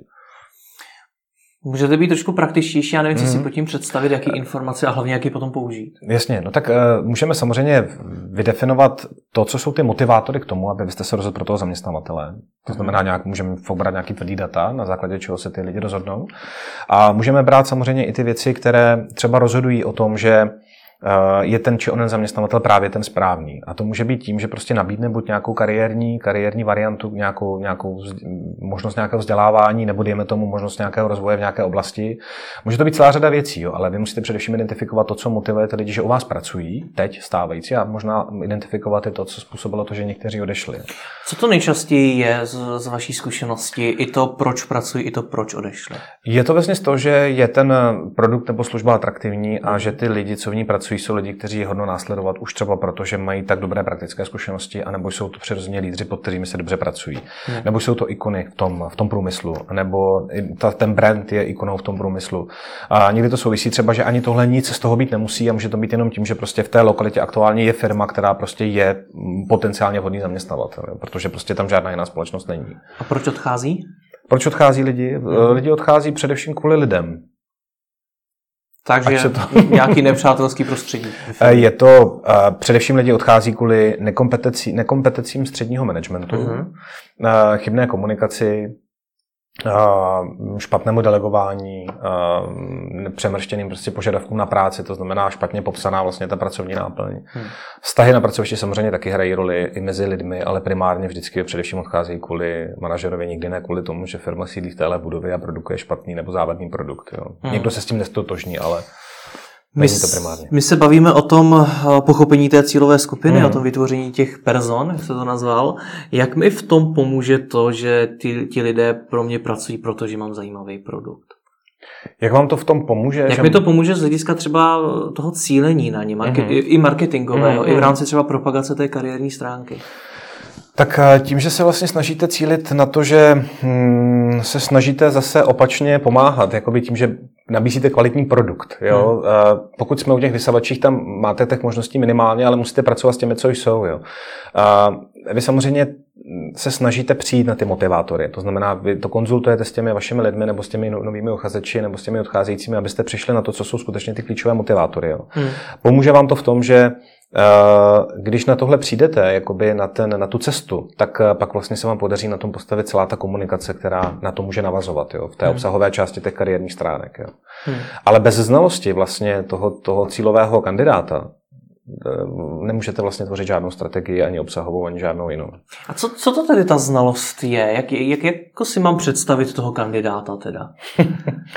Můžete být trošku praktičtější, já nevím, co si pod tím představit, jaký informace a hlavně, jak je potom použít. Jasně, no tak můžeme samozřejmě vydefinovat to, co jsou ty motivátory k tomu, aby byste se rozhodli pro toho zaměstnavatele. To znamená, můžeme pobrat nějaký tvrdý data, na základě čeho se ty lidi rozhodnou. A můžeme brát samozřejmě i ty věci, které třeba rozhodují o tom, že je ten či onen zaměstnavatel právě ten správný. A to může být tím, že prostě nabídne buď nějakou kariérní variantu, nějakou možnost nějakého vzdělávání, nebo dejme tomu možnost nějakého rozvoje v nějaké oblasti. Může to být celá řada věcí, jo, ale vy musíte především identifikovat to, co motivuje ty lidi, že u vás pracují teď stávající, a možná identifikovat i to, co způsobilo to, že někteří odešli. Co to nejčastěji je z vaší zkušenosti, i to, proč pracují, i to, proč odešli? Je to vlastně z toho, že je ten produkt nebo služba atraktivní a že ty lidi, co v ní pracují, jsou lidi, kteří je hodno následovat už třeba proto, že mají tak dobré praktické zkušenosti, anebo jsou to přirozeně lídři, pod kterými se dobře pracují. Nebo jsou to ikony v tom průmyslu, nebo ten brand je ikonou v tom průmyslu. A někdy to souvisí třeba, že ani tohle nic z toho být nemusí a může to být jenom tím, že prostě v té lokalitě aktuálně je firma, která prostě je potenciálně vhodný zaměstnavatel, protože prostě tam žádná jiná společnost není. A proč odchází? Proč odchází lidi? Lidi odchází především kvůli lidem. Takže nějaký nepřátelský prostředí. Je to, především lidi odchází kvůli nekompetencím středního managementu, chybné komunikaci, špatnému delegování, přemrštěným prostě požadavkům na práci, to znamená špatně popsaná vlastně ta pracovní náplň. Vztahy na pracovišti samozřejmě taky hrají roli i mezi lidmi, ale primárně vždycky především odcházejí kvůli manažerovi, nikdy ne kvůli tomu, že firma sídlí v téhle budově a produkuje špatný nebo závadný produkt. Jo. Někdo se s tím nestotožní, ale my se bavíme o tom pochopení té cílové skupiny, o tom vytvoření těch person, jak se to nazval. Jak mi v tom pomůže to, že ti lidé pro mě pracují, protože mám zajímavý produkt? Jak vám to v tom pomůže? Jak mi to pomůže z hlediska třeba toho cílení na ně, i marketingového, i v rámci třeba propagace té kariérní stránky? Tak tím, že se vlastně snažíte cílit na to, že se snažíte zase opačně pomáhat, jakoby tím, že nabízíte kvalitní produkt. Jo? Pokud jsme u těch vysavačích, tam máte těch možností minimálně, ale musíte pracovat s těmi, co jsou. Jo? Vy samozřejmě se snažíte přijít na ty motivátory. To znamená, vy to konzultujete s těmi vašimi lidmi nebo s těmi novými uchazeči nebo s těmi odcházejícími, abyste přišli na to, co jsou skutečně ty klíčové motivátory. Jo? Pomůže vám to v tom, že když na tohle přijdete, jakoby na tu cestu, tak pak vlastně se vám podaří na tom postavit celá ta komunikace, která na to může navazovat, jo, v té obsahové části těch kariérních stránek. Jo. Ale bez znalosti vlastně toho cílového kandidáta nemůžete vlastně tvořit žádnou strategii, ani obsahovou, ani žádnou jinou. A co to tedy ta znalost je? Jak si mám představit toho kandidáta teda?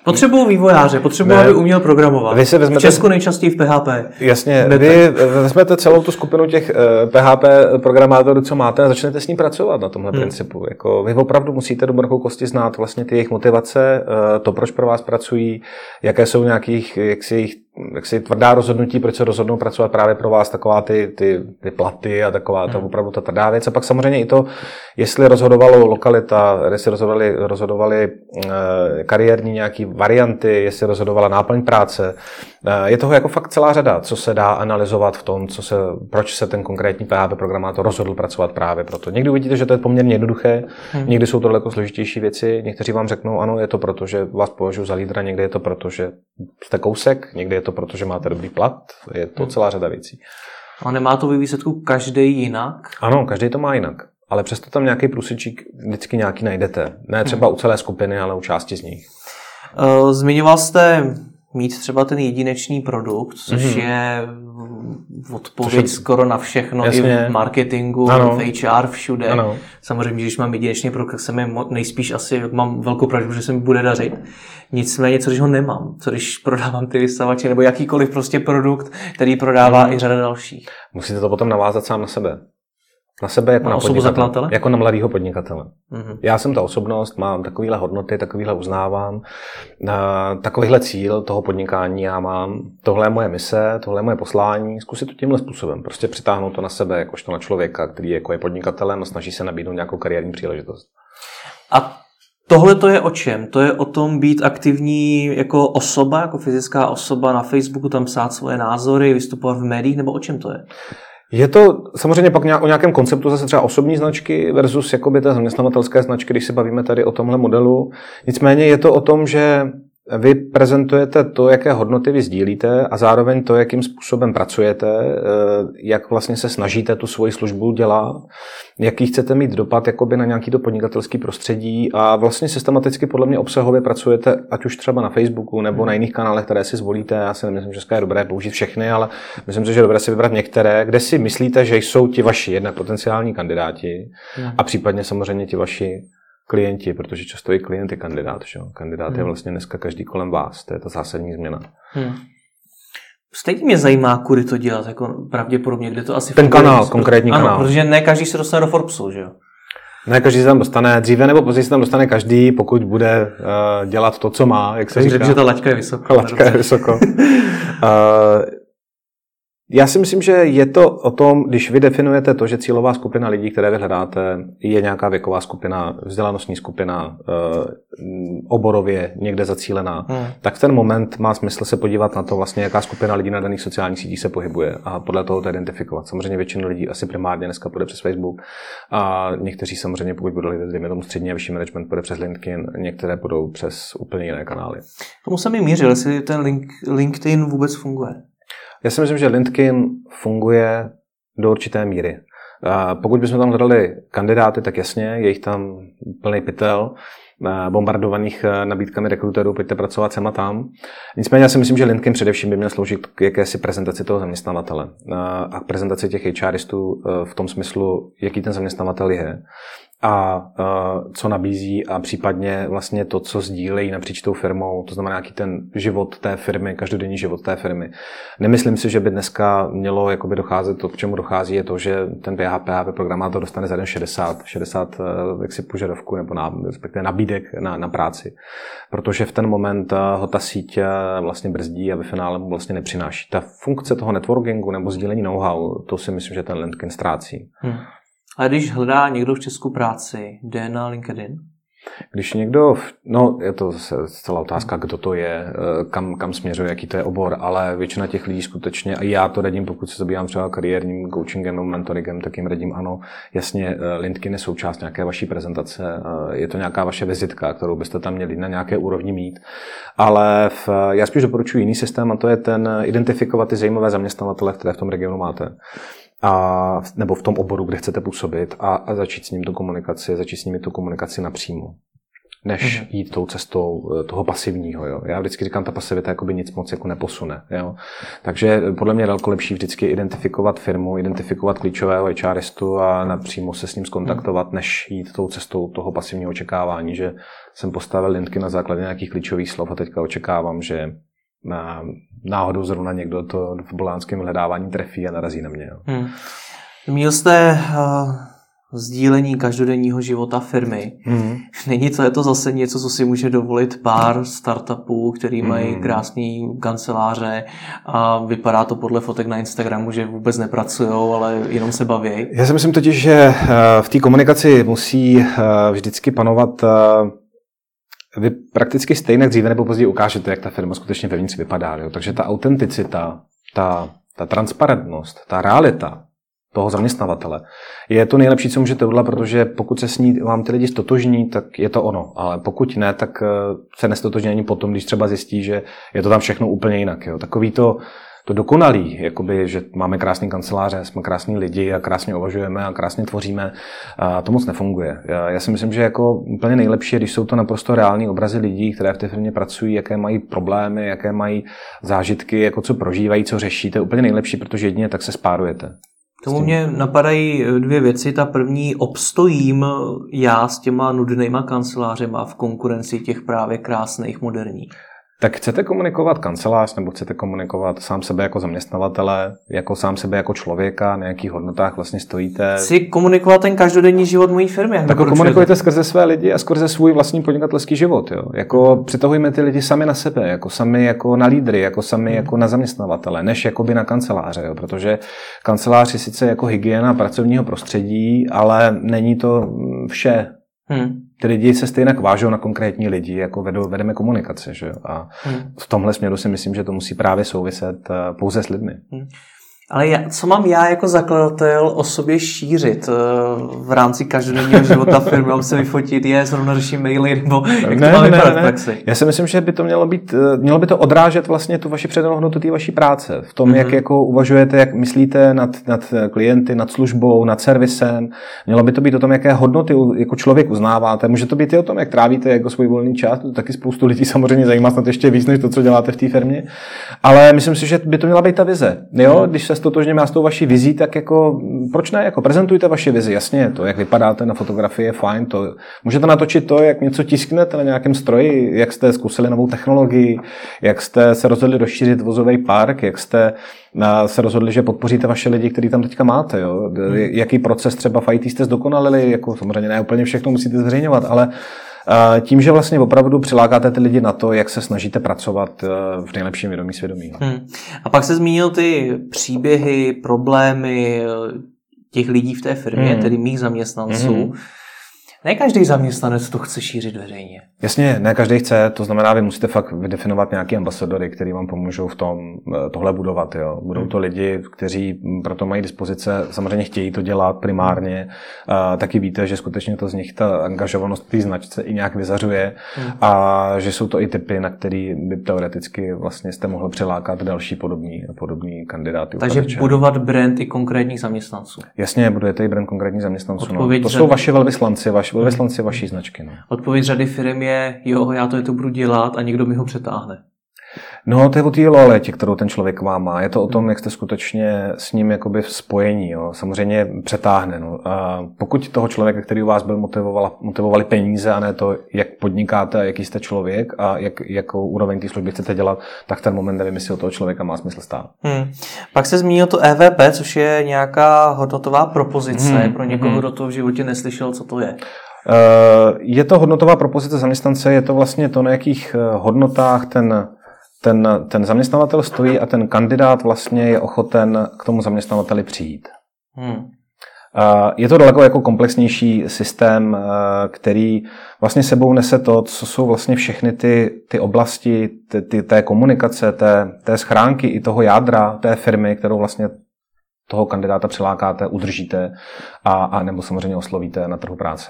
Potřebují vývojáře, aby uměl programovat. V Česku nejčastěji v PHP. Jasně, vy vezmete celou tu skupinu těch PHP programátorů, co máte, a začnete s ním pracovat na tomhle principu. Jako, vy opravdu musíte do mrchou kosti znát vlastně ty jejich motivace, to, proč pro vás pracují, jaké jsou nějakých, jaksi tvrdá rozhodnutí, proč se rozhodnou pracovat právě pro vás, taková ty platy a taková to opravdu ta tvrdá věc. A pak samozřejmě i to, jestli rozhodovalo lokalita, jestli rozhodovali kariérní nějaký varianty, jestli rozhodovala náplň práce. Je toho jako fakt celá řada, co se dá analyzovat v tom, proč se ten konkrétní PHP programátor rozhodl pracovat právě proto. Někdy uvidíte, že to je poměrně jednoduché, někdy jsou to daleko složitější věci, někteří vám řeknou, ano, je to proto, že vás považuji za lídra, někdy je to proto, že jste kousek, někdy je to proto, že máte dobrý plat, je to celá řada věcí. A nemá to ve výsledku každý jinak? Ano, každý to má jinak. Ale přesto tam nějaký průsečík vždycky nějaký najdete. Ne třeba u celé skupiny, ale u části z nich. Zmiňoval jste mít třeba ten jedinečný produkt, což je odpověď skoro na všechno. Jasně. I v marketingu, ano. V HR, všude. Ano. Samozřejmě, když mám jedinečný produkt, tak se mi nejspíš asi mám velkou pravdu, že se mi bude dařit. Nicméně, co když ho nemám? Co když prodávám ty vystavače nebo jakýkoliv prostě produkt, který prodává i řada dalších? Musíte to potom navázat sám na sebe. Na sebe jako na podnikatele? Jako na mladýho podnikatele. Já jsem ta osobnost, mám takovýhle hodnoty, takovýhle uznávám, takovýhle cíl toho podnikání já mám, tohle je moje mise, tohle je moje poslání, zkusit to tímhle způsobem, prostě přitáhnout to na sebe, jakožto na člověka, který jako je podnikatelem a snaží se nabídnout nějakou kariérní příležitost. A tohle to je o čem? To je o tom být aktivní jako osoba, jako fyzická osoba na Facebooku, tam psát svoje názory, vystupovat v médiích, nebo o čem to je? Je to samozřejmě pak o nějakém konceptu zase třeba osobní značky versus jakoby té zaměstnavatelské značky, když se bavíme tady o tomhle modelu. Nicméně je to o tom, že vy prezentujete to, jaké hodnoty vy sdílíte a zároveň to, jakým způsobem pracujete, jak vlastně se snažíte tu svoji službu dělat, jaký chcete mít dopad jakoby na nějaký to podnikatelský prostředí a vlastně systematicky podle mě obsahově pracujete, ať už třeba na Facebooku nebo na jiných kanálech, které si zvolíte. Já si nemyslím, že je dobré použít všechny, ale myslím si, že je dobré si vybrat některé, kde si myslíte, že jsou ti vaši jednak potenciální kandidáti a případně samozřejmě ti vaši klienti, protože často i klient je kandidát. Že? Kandidát je vlastně dneska každý kolem vás. To je ta zásadní změna. Stejně mě zajímá, kudy to dělat, jako pravděpodobně, kde to asi ten kanál, konkrétní kanál. Ano, protože ne každý se dostane do Forbesu, že jo? Ne každý se tam dostane, dříve nebo později se tam dostane každý, pokud bude dělat to, co má, jak se říká. Že ta laťka je vysoko. Laťka je vysoko. Já si myslím, že je to o tom, když vy definujete to, že cílová skupina lidí, které vy hledáte, je nějaká věková skupina, vzdělanostní skupina, oborově někde zacílená, tak v ten moment má smysl se podívat na to, vlastně, jaká skupina lidí na daných sociálních sítích se pohybuje a podle toho to identifikovat. Samozřejmě většina lidí asi primárně dneska půjde přes Facebook a někteří samozřejmě, pokud budou lidé, dejme tomu střední a vyšší management, půjde přes LinkedIn, některé budou přes úplně jiné kanály. Tomu jsem i mířil, jestli ten LinkedIn vůbec funguje. Já si myslím, že LinkedIn funguje do určité míry. Pokud bychom tam hledali kandidáty, tak jasně, je jich tam plný pytel, bombardovaných nabídkami rekruterů, pojďte pracovat sem a tam. Nicméně já si myslím, že LinkedIn především by měl sloužit k jakési prezentaci toho zaměstnavatele a k prezentaci těch HRistů v tom smyslu, jaký ten zaměstnavatel je a co nabízí a případně vlastně to, co sdílejí napříč tou firmou, to znamená nějaký ten život té firmy, každodenní život té firmy. Nemyslím si, že by dneska mělo jakoby docházet to, k čemu dochází, je to, že ten PHP programátor dostane za den 60 jaksi požadavků nebo respektive nabídek na práci. Protože v ten moment ho ta síť vlastně brzdí a ve finále mu vlastně nepřináší. Ta funkce toho networkingu nebo sdílení know-how, to si myslím, že ten LinkedIn ztrácí. A když hledá někdo v Česku práci, jde na LinkedIn? Když někdo, je to celá otázka, kdo to je, kam směřuje, jaký to je obor, ale většina těch lidí skutečně, a já to radím, pokud se zabývám třeba kariérním coachingem nebo mentoringem, tak jim radím, ano, jasně, LinkedIn je součást nějaké vaší prezentace, je to nějaká vaše vizitka, kterou byste tam měli na nějaké úrovni mít, ale já spíš doporučuji jiný systém, a to je ten identifikovat ty zajímavé zaměstnavatele, které v tom regionu máte. Nebo v tom oboru, kde chcete působit a začít s nimi tu komunikaci napřímo. než jít tou cestou toho pasivního. Jo. Já vždycky říkám, ta pasivita jakoby nic moc jako neposune. Jo. Takže podle mě je daleko lepší vždycky identifikovat firmu, identifikovat klíčového HRistu a napřímo se s ním skontaktovat, než jít tou cestou toho pasivního očekávání, že jsem postavil LinkedIn na základě nějakých klíčových slov a teďka očekávám, že náhodou zrovna někdo to v bolánském hledávání trefí a narazí na mě. Jo. Měl jste sdílení každodenního života firmy. Není to, je to zase něco, co si může dovolit pár startupů, který mají krásný kanceláře a vypadá to podle fotek na Instagramu, že vůbec nepracujou, ale jenom se baví. Já si myslím totiž, že v té komunikaci musí vždycky panovat. Vy prakticky stejně dříve nebo později ukážete, jak ta firma skutečně vevnitř vypadá. Jo? Takže ta autenticita, ta transparentnost, ta realita toho zaměstnavatele je to nejlepší, co můžete udělat, protože pokud se s ní vám ty lidi stotožní, tak je to ono. Ale pokud ne, tak se nestotožní ani potom, když třeba zjistí, že je to tam všechno úplně jinak. Jo? Takový to dokonalý, jakoby, že máme krásný kanceláře, jsme krásní lidi a krásně uvažujeme a krásně tvoříme, a to moc nefunguje. Já si myslím, že jako úplně nejlepší je, když jsou to naprosto reální obrazy lidí, které v té firmě pracují, jaké mají problémy, jaké mají zážitky, jako co prožívají, co řeší. To je úplně nejlepší, protože jedině tak se spárujete. Tomu mě napadají dvě věci. Ta první, obstojím já s těma nudnýma kancelářema v konkurenci těch právě krásných, moderních. Tak chcete komunikovat kancelář, nebo chcete komunikovat sám sebe jako zaměstnavatele, jako sám sebe jako člověka, na jakých hodnotách vlastně stojíte? Chci komunikovat ten každodenní život mojí firmy. Tak komunikujete skrze své lidi a skrze svůj vlastní podnikatelský život. Jo? Jako přitahujeme ty lidi sami na sebe, jako sami jako na lídry, jako sami jako na zaměstnavatele, než jakoby na kanceláře. Jo? Protože kancelář je sice jako hygiena pracovního prostředí, ale není to vše. Ty lidi se stejně vážou na konkrétní lidi, jako vedeme komunikace. Že? A v tomhle směru si myslím, že to musí právě souviset pouze s lidmi. Ale co mám já jako zakladatel o sobě šířit v rámci každodenního života firmy, mám se vyfotit, zrovna řeším maily, nebo jak to má vypadat v praxi? Já si myslím, že by to mělo by to odrážet vlastně tu vaši předanou hodnotu té vaší práce. V tom, jak jako uvažujete, jak myslíte nad klienty, nad službou, nad servisem. Mělo by to být o tom, jaké hodnoty jako člověk uznáváte. Může to být i o tom, jak trávíte jako svůj volný čas. To taky spoustu lidí samozřejmě zajímá snad ještě víc, než to, co děláte v té firmě. Ale myslím si, že by to měla být ta vize. Jo, když se stotožněme s tou vaší vizí, tak jako proč ne? Jako prezentujte vaši vizi, jasně, to, jak vypadáte na fotografii, je fajn, to můžete natočit to, jak něco tisknete na nějakém stroji, jak jste zkusili novou technologii, jak jste se rozhodli rozšířit vozový park, jak jste se rozhodli, že podpoříte vaše lidi, který tam teďka máte, jo? Jaký proces třeba v IT jste zdokonalili, jako samozřejmě ne úplně všechno musíte zveřejňovat, ale tím, že vlastně opravdu přilákáte ty lidi na to, jak se snažíte pracovat v nejlepším vědomí svědomí. A pak se zmínil ty příběhy, problémy těch lidí v té firmě, tedy mých zaměstnanců. Ne každý zaměstnanec to chce šířit veřejně. Jasně, ne každý chce, to znamená, vy musíte fakt vydefinovat nějaký ambasadory, který vám pomůžou v tom tohle budovat. Jo. Budou to lidi, kteří proto mají dispozice, samozřejmě chtějí to dělat primárně, taky víte, že skutečně to z nich ta angažovanost té značce i nějak vyzařuje a že jsou to i typy, na který by teoreticky vlastně jste mohli přilákat další podobný kandidáty. Takže budovat brand i konkrétních zaměstnanců. Jasně, budujete i brand konkrétních zaměstnanců. To jsou vaši velvyslanci, vaší značky. No. Odpověď řady firm je, jo, já to budu dělat a někdo mi ho přetáhne. No, to je o té loajalitě, kterou ten člověk vám má. Je to o tom, jak jste skutečně s ním jakoby v spojení. Jo. Samozřejmě přetáhne. No. A pokud toho člověka, který u vás byl, motivovali peníze a ne to, jak podnikáte a jaký jste člověk a jakou úroveň té služby chcete dělat, tak ten moment, nevím, jestli od toho člověka má smysl stát. Pak se zmínil to EVP, což je nějaká hodnotová propozice pro někoho, kdo to v životě neslyšel, co to je. Je to hodnotová propozice zaměstnance, je to vlastně to, na jakých hodnotách ten zaměstnavatel stojí a ten kandidát vlastně je ochoten k tomu zaměstnavateli přijít. Je to daleko jako komplexnější systém, který vlastně sebou nese to, co jsou vlastně všechny ty oblasti té komunikace, té schránky i toho jádra té firmy, kterou vlastně toho kandidáta přilákáte, udržíte a nebo samozřejmě oslovíte na trhu práce.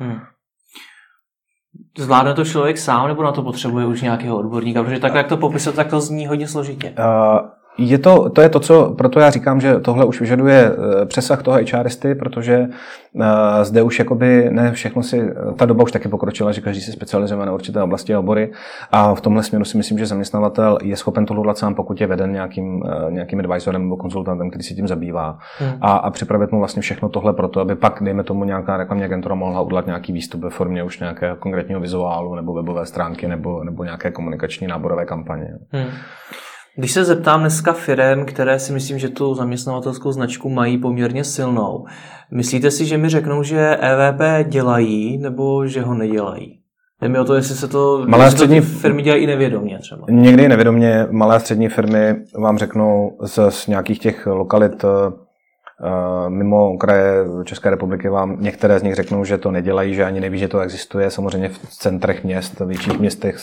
Zvládne to člověk sám, nebo na to potřebuje už nějakého odborníka? Protože tak, jak to popisuje, tak to zní hodně složitě. To je to, co, proto já říkám, že tohle už vyžaduje přesah toho HRisty, protože zde už jakoby ne všechno ta doba už taky pokročila, že každý se specializuje na určité oblasti a obory a v tomhle směru si myslím, že zaměstnavatel je schopen to udělat sám, pokud je veden nějakým advisorem nebo konzultantem, který se tím zabývá a připravit mu vlastně všechno tohle proto, aby pak, dejme tomu, nějaká reklamní agentura mohla udělat nějaký výstup ve formě už nějakého konkrétního vizuálu nebo webové stránky nebo nějaké komunikační náborové kampaně. Když se zeptám dneska firem, které si myslím, že tu zaměstnavatelskou značku mají poměrně silnou, myslíte si, že mi řeknou, že EVP dělají, nebo že ho nedělají? Jde mi o to, jestli se to firmy dělají i nevědomě třeba. Někdy nevědomě. Malé a střední firmy vám řeknou z nějakých těch lokalit mimo kraje České republiky vám některé z nich řeknou, že to nedělají, že ani neví, že to existuje. Samozřejmě v centrech měst, v větších městech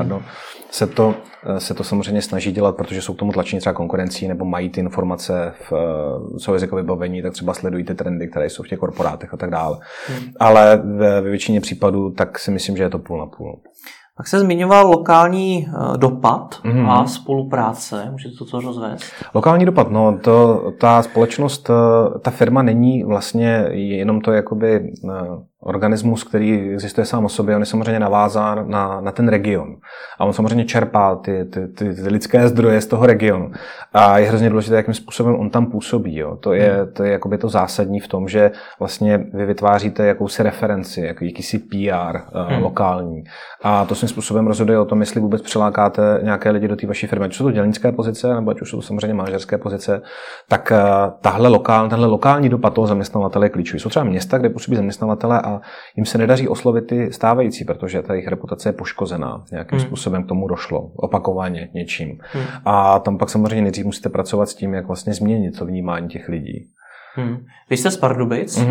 se to samozřejmě snaží dělat, protože jsou k tomu tlačení třeba konkurencí nebo mají ty informace jsou jazykové vybavení, tak třeba sledují ty trendy, které jsou v těch korporátech a tak dále. Ale ve většině případů tak si myslím, že je to půl na půl. Tak se zmiňoval lokální dopad a spolupráce. Můžete to rozvést? Lokální dopad, ta společnost, ta firma není vlastně jenom to jakoby organismus, který existuje sám o sobě, on je samozřejmě navázán na ten region. A on samozřejmě čerpá ty lidské zdroje z toho regionu. A je hrozně důležité, jakým způsobem on tam působí. Jo. To je jakoby to zásadní v tom, že vlastně vy vytváříte jakousi referenci, jakýsi PR lokální. A to svým způsobem rozhoduje o tom, jestli vůbec přilákáte nějaké lidi do té vaší firmy. Ať jsou to dělnické pozice, nebo ať už jsou to samozřejmě manažerské pozice, tak tenhle lokální dopad toho zaměstnavatele je klíčový. Jsou třeba města, kde působí zaměstnavatele a jim se nedaří oslovit ty stávající, protože ta jejich reputace je poškozená. Nějakým způsobem k tomu došlo, opakovaně něčím. A tam pak samozřejmě nejdřív musíte pracovat s tím, jak vlastně změnit to vnímání těch lidí. Vy jste z Pardubic,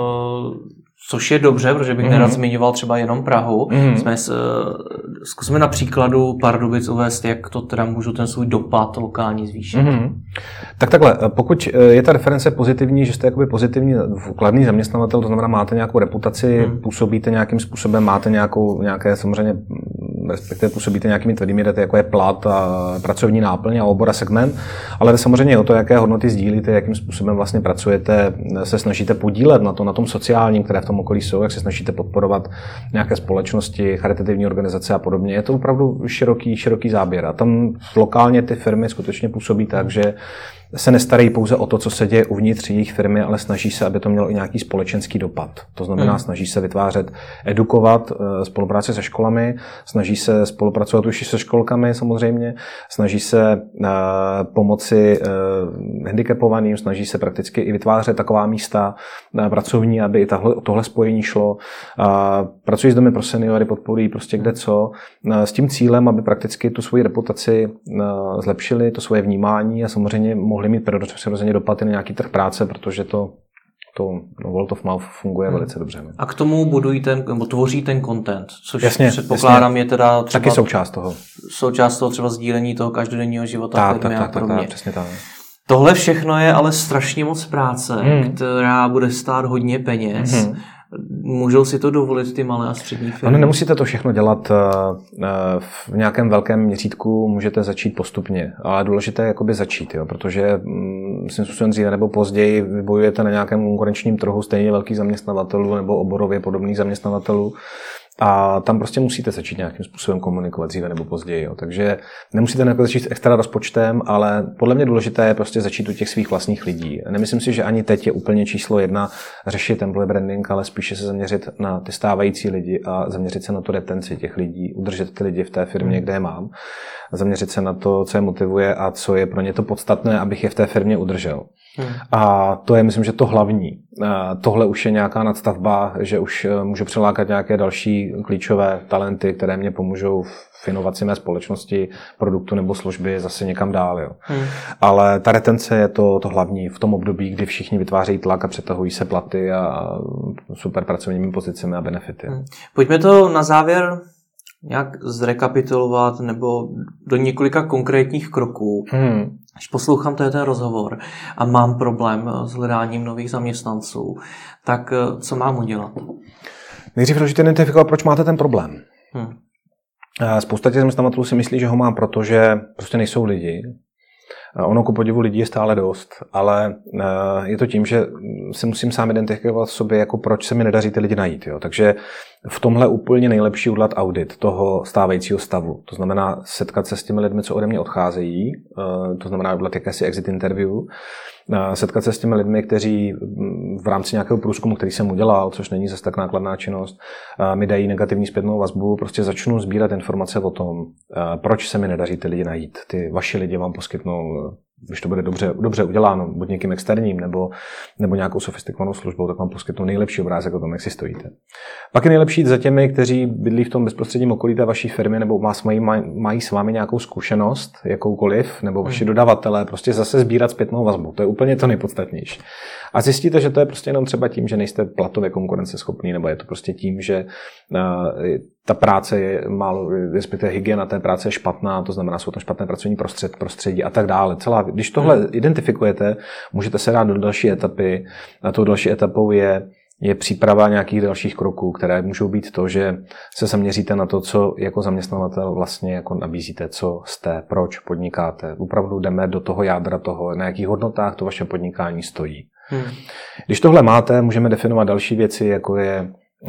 což je dobře, protože bych nerad zmiňoval třeba jenom Prahu. Zkusme na příkladu Pardubic uvést, jak to teda můžu ten svůj dopad lokální zvýšit. Tak takhle, pokud je ta reference pozitivní, že jste jakoby pozitivní kladný zaměstnavatel, to znamená, máte nějakou reputaci, působíte nějakým způsobem, máte nějaké samozřejmě, respektive působíte nějakými tvrdými daty, jako je plat a pracovní náplň a obor a segment, ale samozřejmě o to, jaké hodnoty sdílíte, jakým způsobem vlastně pracujete, se snažíte podílet na tom sociálním, které v tom okolí jsou, jak se snažíte podporovat nějaké společnosti, charitativní organizace a podobně. Je to opravdu široký záběr. A tam lokálně ty firmy skutečně působí tak, že se nestarají pouze o to, co se děje uvnitř jejich firmy, ale snaží se, aby to mělo i nějaký společenský dopad. To znamená, snaží se vytvářet, edukovat, spolupráce se školami, snaží se spolupracovat už i se školkami samozřejmě, snaží se pomoci handicapovaným, snaží se prakticky i vytvářet taková místa pracovní, aby i tohle spojení šlo. Pracují s domy pro seniory, podporují prostě kde co, s tím cílem, aby prakticky tu svoji reputaci zlepšili, to svoje vnímání a samozřejmě mohli mít přirozeně dopady na nějaký trh práce, protože to word of mouth funguje velice dobře. A k tomu budují tvoří ten content, což předpokládám je teda třeba taky součást toho. Součást toho třeba sdílení toho každodenního života firmy a podobně. Přesně tak. Tohle všechno je ale strašně moc práce, která bude stát hodně peněz. Můžou si to dovolit ty malé a střední firmy? No, nemusíte to všechno dělat v nějakém velkém měřítku, můžete začít postupně, ale důležité je jakoby začít, jo, protože myslím způsobem dříve nebo později vybojujete na nějakém konkurenčním trhu stejně velkých zaměstnavatelů nebo oborově podobných zaměstnavatelů. A tam prostě musíte začít nějakým způsobem komunikovat dříve nebo později. Jo. Takže nemusíte začít s extra rozpočtem, ale podle mě důležité je prostě začít u těch svých vlastních lidí. Nemyslím si, že ani teď je úplně číslo 1 řešit employee branding, ale spíše se zaměřit na ty stávající lidi a zaměřit se na tu retenci těch lidí, udržet ty lidi v té firmě, kde je mám. Zaměřit se na to, co je motivuje a co je pro ně to podstatné, abych je v té firmě udržel. A to je, myslím, že to hlavní. Tohle už je nějaká nadstavba, že už můžu přilákat nějaké další klíčové talenty, které mě pomůžou v inovaci mé společnosti, produktu nebo služby zase někam dál. Jo. Ale ta retence je to hlavní v tom období, kdy všichni vytvářejí tlak a přetahují se platy a super pracovními pozicemi a benefity. Pojďme to na závěr nějak zrekapitulovat nebo do několika konkrétních kroků. Když poslouchám ten rozhovor a mám problém s hledáním nových zaměstnanců, tak co mám udělat? Nejdřív důležité identifikovat, proč máte ten problém. Spousta těch zaměstnavatelů si myslí, že ho mám, protože prostě nejsou lidi. Ono ku podivu lidí je stále dost, ale je to tím, že si musím sám identifikovat v sobě, jako proč se mi nedaří ty lidi najít. Jo? Takže v tomhle úplně nejlepší udělat audit toho stávajícího stavu. To znamená setkat se s těmi lidmi, co ode mě odcházejí, to znamená udělat jakési exit interview, setkat se s těmi lidmi, kteří v rámci nějakého průzkumu, který jsem udělal, což není zase tak nákladná činnost, mi dají negativní zpětnou vazbu, prostě začnu sbírat informace o tom, proč se mi nedaří ty lidi najít. Ty vaši lidi vám poskytnou, když to bude dobře uděláno, buď někým externím nebo nějakou sofistikovanou službou, tak vám poskytnou nejlepší obrázek o tom, jak si stojíte. Pak je nejlepší jít za těmi, kteří bydlí v tom bezprostředním okolí té vaší firmy nebo mají s vámi nějakou zkušenost, jakoukoliv, nebo vaši dodavatelé, prostě zase sbírat zpětnou vazbu. To je úplně to nejpodstatnější. A zjistíte, že to je prostě jenom třeba tím, že nejste platově konkurenceschopný, nebo je to prostě tím, že ta práce je málo, respektive hygiena té práce je špatná, to znamená, jsou tam špatné pracovní prostředí a tak dále. Když tohle identifikujete, můžete se dát do další etapy. A tou další etapou je příprava nějakých dalších kroků, které můžou být to, že se zaměříte na to, co jako zaměstnavatel vlastně jako nabízíte, co jste, proč podnikáte. Opravdu jdeme do toho jádra toho, na jakých hodnotách to vaše podnikání stojí. Když tohle máte, můžeme definovat další věci, jako je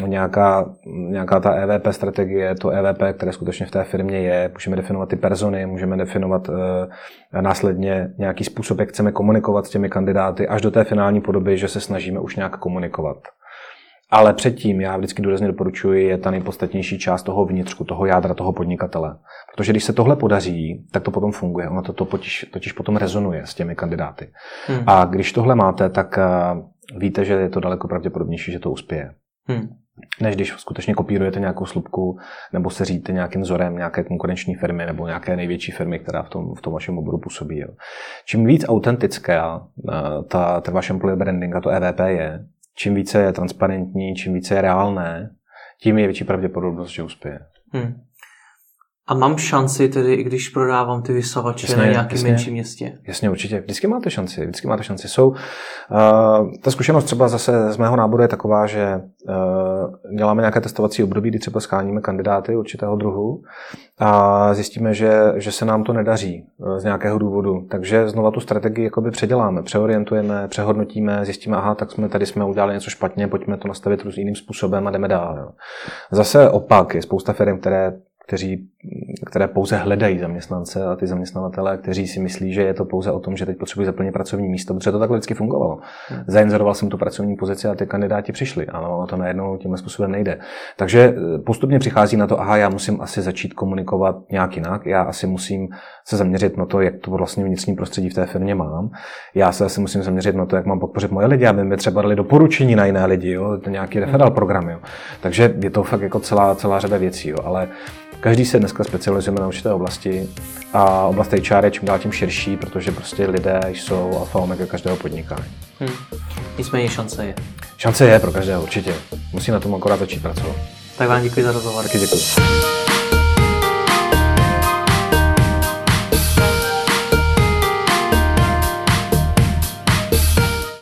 nějaká ta EVP strategie, to EVP, které skutečně v té firmě je, můžeme definovat ty persony, můžeme definovat následně nějaký způsob, jak chceme komunikovat s těmi kandidáty, až do té finální podoby, že se snažíme už nějak komunikovat. Ale předtím já vždycky důrazně doporučuji, je ta nejpodstatnější část toho vnitřku, toho jádra, toho podnikatele. Protože když se tohle podaří, tak to potom funguje. Ono to totiž potom rezonuje s těmi kandidáty. A když tohle máte, tak víte, že je to daleko pravděpodobnější, že to uspěje. Než když skutečně kopírujete nějakou slupku nebo se řídíte nějakým vzorem nějaké konkurenční firmy nebo nějaké největší firmy, která v tom vašem oboru působí. Jo. Čím víc autentická ten váš employer branding a to EVP je, čím více je transparentní, čím více je reálné, tím je větší pravděpodobnost, že uspěje. A mám šanci tedy, i když prodávám ty vysavače na nějakém menším městě? Jasně, určitě. Vždycky máte šanci. Ta zkušenost třeba zase z mého náboru je taková, že děláme nějaké testovací období, kdy třeba scháníme kandidáty určitého druhu a zjistíme, že se nám to nedaří z nějakého důvodu. Takže znova tu strategii jakoby předěláme, přeorientujeme, přehodnotíme, zjistíme, tak jsme udělali něco špatně, pojďme to nastavit jiným způsobem a jdeme dál. Jo. Zase opak, je spousta firm, které pouze hledají zaměstnance a ty zaměstnavatele, kteří si myslí, že je to pouze o tom, že teď potřebují zaplnit pracovní místo, protože to takhle vždycky fungovalo. Zainzeroval jsem tu pracovní pozici a ty kandidáti přišli. Ano, to najednou tímhle způsobem nejde. Takže postupně přichází na to, já musím asi začít komunikovat nějak jinak, já asi musím se zaměřit na to, jak to vlastně vnitřní prostředí v té firmě mám. Já se asi musím zaměřit na to, jak mám podpořit moje lidi, aby mi třeba dali doporučení na jiné lidi, jo, to nějaký referál program, jo. Takže je to fakt jako celá řada věcí, jo, ale každý se dneska specializujeme na určité oblasti a oblast HR je čím dál tím širší, protože prostě lidé jsou alfa omega každého podnikání. Nicméně šance je. Šance je pro každého, určitě. Musí na tom akorát začít pracovat. Tak vám děkuji za rozhovor. Taky děkuji.